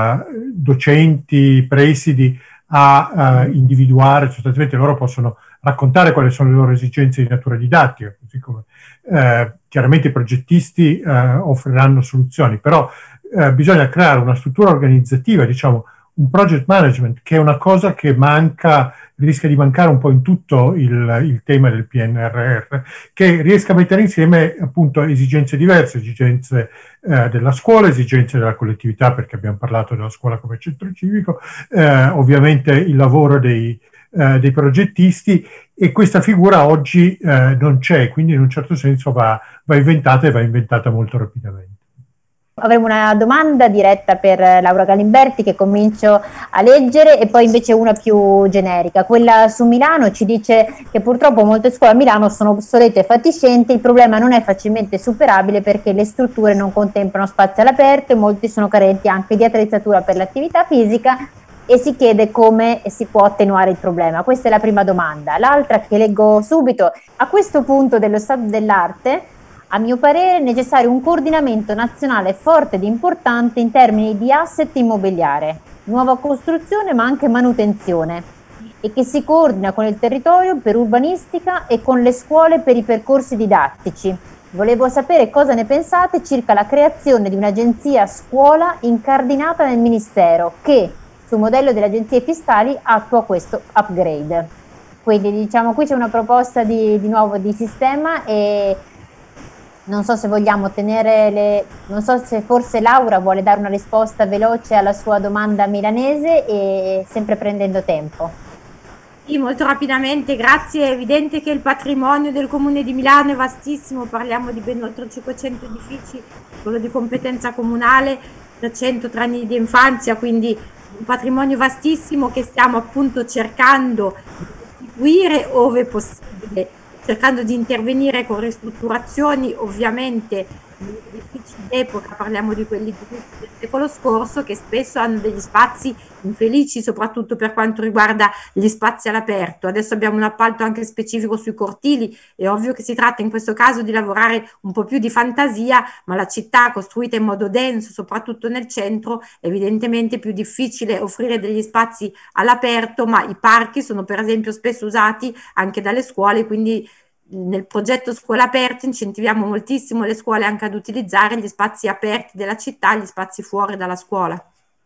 docenti, presidi a uh, individuare, sostanzialmente loro possono raccontare quali sono le loro esigenze di natura didattica, così come uh, chiaramente i progettisti uh, offriranno soluzioni, però uh, bisogna creare una struttura organizzativa, diciamo un project management, che è una cosa che manca, rischia di mancare un po' in tutto il, il tema del P N R R, che riesca a mettere insieme appunto esigenze diverse, esigenze eh, della scuola, esigenze della collettività, perché abbiamo parlato della scuola come centro civico, eh, ovviamente il lavoro dei, eh, dei progettisti, e questa figura oggi eh, non c'è, quindi in un certo senso va, va inventata e va inventata molto rapidamente. Avremo una domanda diretta per Laura Galimberti che comincio a leggere, e poi invece una più generica. Quella su Milano ci dice che purtroppo molte scuole a Milano sono obsolete e fatiscenti, il problema non è facilmente superabile perché le strutture non contemplano spazi all'aperto e molti sono carenti anche di attrezzatura per l'attività fisica, e si chiede come si può attenuare il problema. Questa è la prima domanda. L'altra, che leggo subito: a questo punto dello stato dell'arte, a mio parere è necessario un coordinamento nazionale forte ed importante in termini di asset immobiliare, nuova costruzione ma anche manutenzione, e che si coordina con il territorio per urbanistica e con le scuole per i percorsi didattici. Volevo sapere cosa ne pensate circa la creazione di un'agenzia scuola incardinata nel Ministero che, sul modello delle agenzie fiscali, attua questo upgrade. Quindi diciamo qui c'è una proposta di, di nuovo di sistema, e non so se vogliamo tenere le... non so se forse Laura vuole dare una risposta veloce alla sua domanda milanese, e sempre prendendo tempo. Sì, molto rapidamente, grazie. È evidente che il patrimonio del Comune di Milano è vastissimo, parliamo di ben oltre cinquecento edifici, quello di competenza comunale, trecento tra nidi infanzia, quindi un patrimonio vastissimo che stiamo appunto cercando di costituire ove possibile, cercando di intervenire con ristrutturazioni ovviamente gli edifici d'epoca, parliamo di quelli del secolo scorso, che spesso hanno degli spazi infelici, soprattutto per quanto riguarda gli spazi all'aperto. Adesso abbiamo un appalto anche specifico sui cortili, è ovvio che si tratta in questo caso di lavorare un po' più di fantasia, ma la città costruita in modo denso, soprattutto nel centro, è evidentemente più difficile offrire degli spazi all'aperto, ma i parchi sono per esempio spesso usati anche dalle scuole, quindi nel progetto Scuola Aperta incentiviamo moltissimo le scuole anche ad utilizzare gli spazi aperti della città, gli spazi fuori dalla scuola.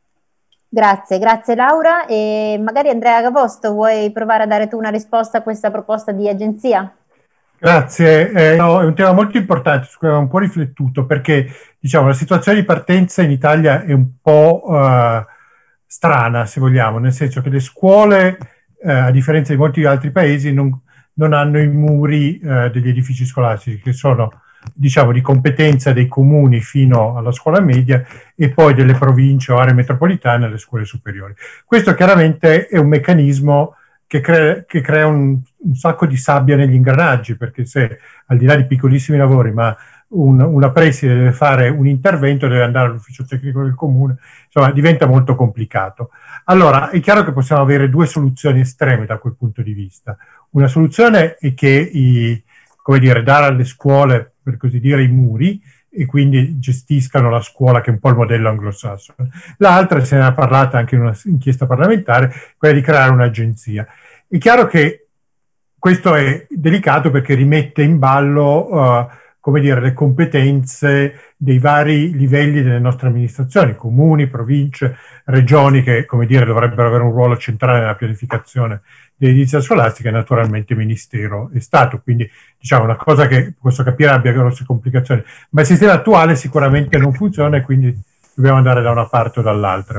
Grazie, grazie Laura. E magari Andrea Gavosto, vuoi provare a dare tu una risposta a questa proposta di agenzia? Grazie, eh, no, è un tema molto importante su cui abbiamo un po' riflettuto, perché diciamo la situazione di partenza in Italia è un po' uh, strana, se vogliamo, nel senso che le scuole, uh, a differenza di molti altri paesi, non non hanno i muri eh, degli edifici scolastici, che sono, diciamo, di competenza dei comuni fino alla scuola media e poi delle province o aree metropolitane alle scuole superiori. Questo chiaramente è un meccanismo che crea, che crea un, un sacco di sabbia negli ingranaggi, perché se al di là di piccolissimi lavori, ma un, una preside deve fare un intervento, deve andare all'ufficio tecnico del comune, insomma diventa molto complicato. Allora, è chiaro che possiamo avere due soluzioni estreme da quel punto di vista. Una soluzione è che, i, come dire, dare alle scuole, per così dire, i muri e quindi gestiscano la scuola, che è un po' il modello anglosassone. L'altra, se ne è parlata anche in una inchiesta parlamentare, quella di creare un'agenzia. È chiaro che questo è delicato perché rimette in ballo uh, come dire, le competenze dei vari livelli delle nostre amministrazioni, comuni, province, regioni, che, come dire, dovrebbero avere un ruolo centrale nella pianificazione dell'edilizia scolastica, e naturalmente Ministero e Stato. Quindi, diciamo, una cosa che posso capire abbia grosse complicazioni, ma il sistema attuale sicuramente non funziona e quindi dobbiamo andare da una parte o dall'altra.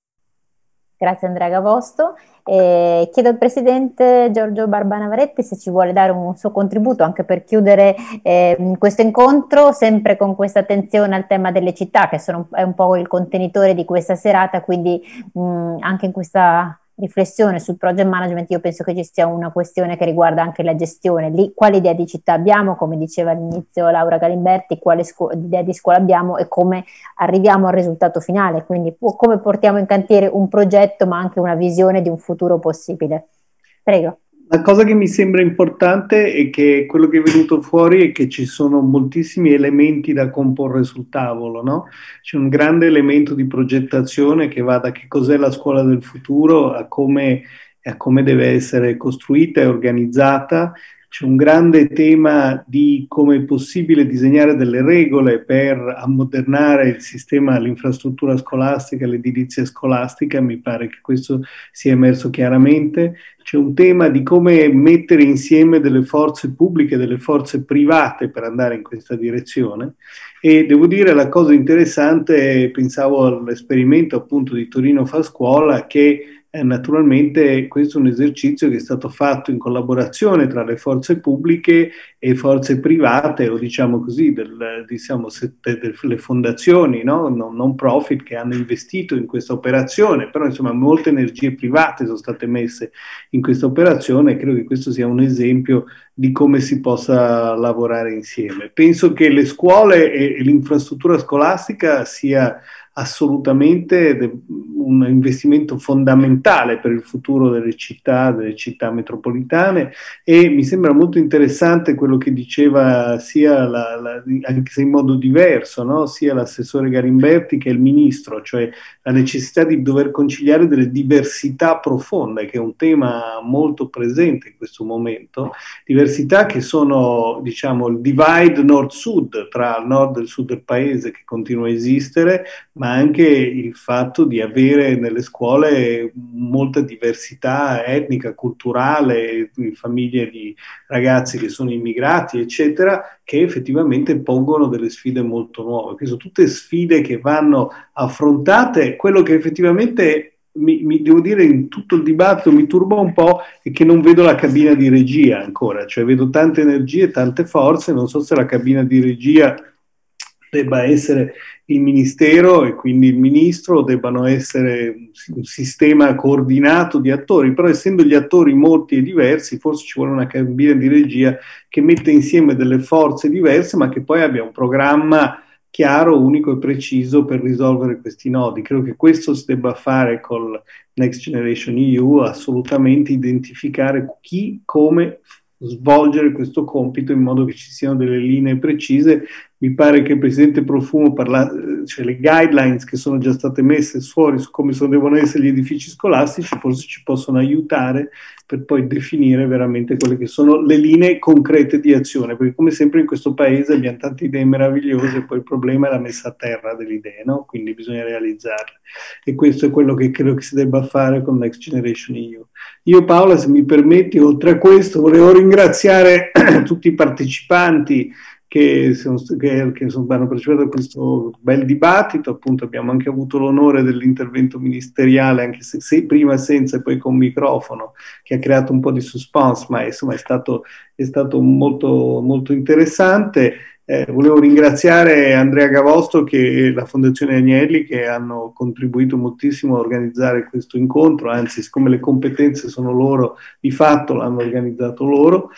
Grazie Andrea Gavosto. Eh, chiedo al Presidente Giorgio Barbanavaretti se ci vuole dare un suo contributo anche per chiudere eh, questo incontro, sempre con questa attenzione al tema delle città, che sono, è un po' il contenitore di questa serata, quindi mh, anche in questa riflessione sul project management io penso che ci sia una questione che riguarda anche la gestione. Lì, quale idea di città abbiamo, come diceva all'inizio Laura Galimberti, quale idea di scuola abbiamo e come arriviamo al risultato finale, quindi come portiamo in cantiere un progetto ma anche una visione di un futuro possibile. Prego. La cosa che mi sembra importante è che quello che è venuto fuori è che ci sono moltissimi elementi da comporre sul tavolo, no? C'è un grande elemento di progettazione che va da che cos'è la scuola del futuro a come, a come deve essere costruita e organizzata. C'è un grande tema di come è possibile disegnare delle regole per ammodernare il sistema, l'infrastruttura scolastica, l'edilizia scolastica. Mi pare che questo sia emerso chiaramente. C'è un tema di come mettere insieme delle forze pubbliche e delle forze private per andare in questa direzione. E devo dire, la cosa interessante, pensavo all'esperimento appunto di Torino Fa Scuola, che Eh, naturalmente questo è un esercizio che è stato fatto in collaborazione tra le forze pubbliche e forze private, o diciamo così, del, diciamo, delle fondazioni, no? non, non profit, che hanno investito in questa operazione, però insomma molte energie private sono state messe in questa operazione e credo che questo sia un esempio di come si possa lavorare insieme. Penso che le scuole e, e l'infrastruttura scolastica sia assolutamente un investimento fondamentale per il futuro delle città, delle città metropolitane, e mi sembra molto interessante quello che diceva sia, la, la, anche se in modo diverso, no? sia l'assessore Galimberti che il ministro, cioè la necessità di dover conciliare delle diversità profonde, che è un tema molto presente in questo momento, diversità che sono, diciamo, il divide nord-sud tra il nord e il sud del paese, che continua a esistere, ma anche il fatto di avere nelle scuole molta diversità etnica, culturale, famiglie di ragazzi che sono immigrati, eccetera, che effettivamente pongono delle sfide molto nuove. Queste sono tutte sfide che vanno affrontate. Quello che effettivamente mi, mi devo dire in tutto il dibattito mi turba un po' è che non vedo la cabina di regia ancora, cioè vedo tante energie, tante forze, non so se la cabina di regia debba essere il Ministero e quindi il Ministro, debbano essere un sistema coordinato di attori, però essendo gli attori molti e diversi, forse ci vuole una cabina di regia che metta insieme delle forze diverse, ma che poi abbia un programma chiaro, unico e preciso per risolvere questi nodi. Credo che questo si debba fare col Next Generation E U, assolutamente identificare chi, come svolgere questo compito in modo che ci siano delle linee precise. Mi pare che il Presidente Profumo parla, cioè le guidelines che sono già state messe fuori su come sono, devono essere gli edifici scolastici, forse ci possono aiutare per poi definire veramente quelle che sono le linee concrete di azione, perché come sempre in questo paese abbiamo tante idee meravigliose e poi il problema è la messa a terra delle idee, no? Quindi bisogna realizzarle, e questo è quello che credo che si debba fare con Next Generation E U. Io, Paola, se mi permetti, oltre a questo volevo ringraziare tutti i partecipanti che, sono, che, che sono, hanno partecipato a questo bel dibattito. Appunto abbiamo anche avuto l'onore dell'intervento ministeriale, anche se, se prima senza e poi con microfono, che ha creato un po' di suspense, ma insomma è stato, è stato molto, molto interessante. Eh, volevo ringraziare Andrea Gavosto e la Fondazione Agnelli, che hanno contribuito moltissimo a organizzare questo incontro, anzi, siccome le competenze sono loro, di fatto l'hanno organizzato loro.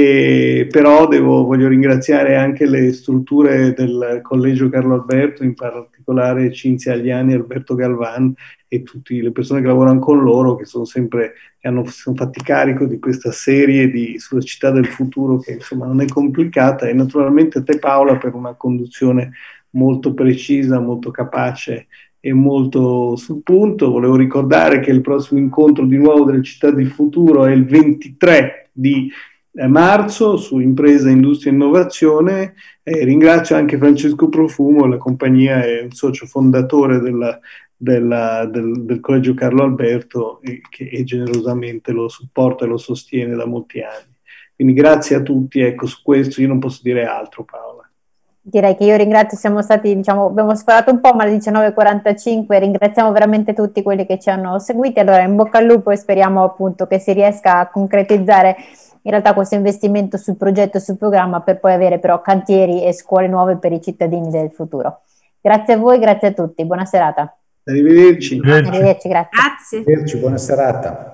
E però devo, voglio ringraziare anche le strutture del Collegio Carlo Alberto, in particolare Cinzia Agliani e Alberto Galvan, e tutte le persone che lavorano con loro, che sono sempre, che hanno, sono fatti carico di questa serie di, sulla città del futuro, che insomma non è complicata, e naturalmente a te, Paola, per una conduzione molto precisa, molto capace e molto sul punto. Volevo ricordare che il prossimo incontro di nuovo delle città del futuro è il ventitré di marzo su Impresa, Industria e Innovazione. Eh, ringrazio anche Francesco Profumo, la compagnia è un socio fondatore della, della, del, del Collegio Carlo Alberto, e che e generosamente lo supporta e lo sostiene da molti anni. Quindi grazie a tutti, ecco, su questo io non posso dire altro, Paola. Direi che io ringrazio, siamo stati, diciamo, abbiamo sparato un po', ma alle diciannove e quarantacinque ringraziamo veramente tutti quelli che ci hanno seguiti. Allora, in bocca al lupo, e speriamo appunto che si riesca a concretizzare in realtà questo investimento sul progetto e sul programma, per poi avere però cantieri e scuole nuove per i cittadini del futuro. Grazie a voi, grazie a tutti, buona serata. Arrivederci. Arrivederci, grazie. Grazie. Arrivederci, buona serata.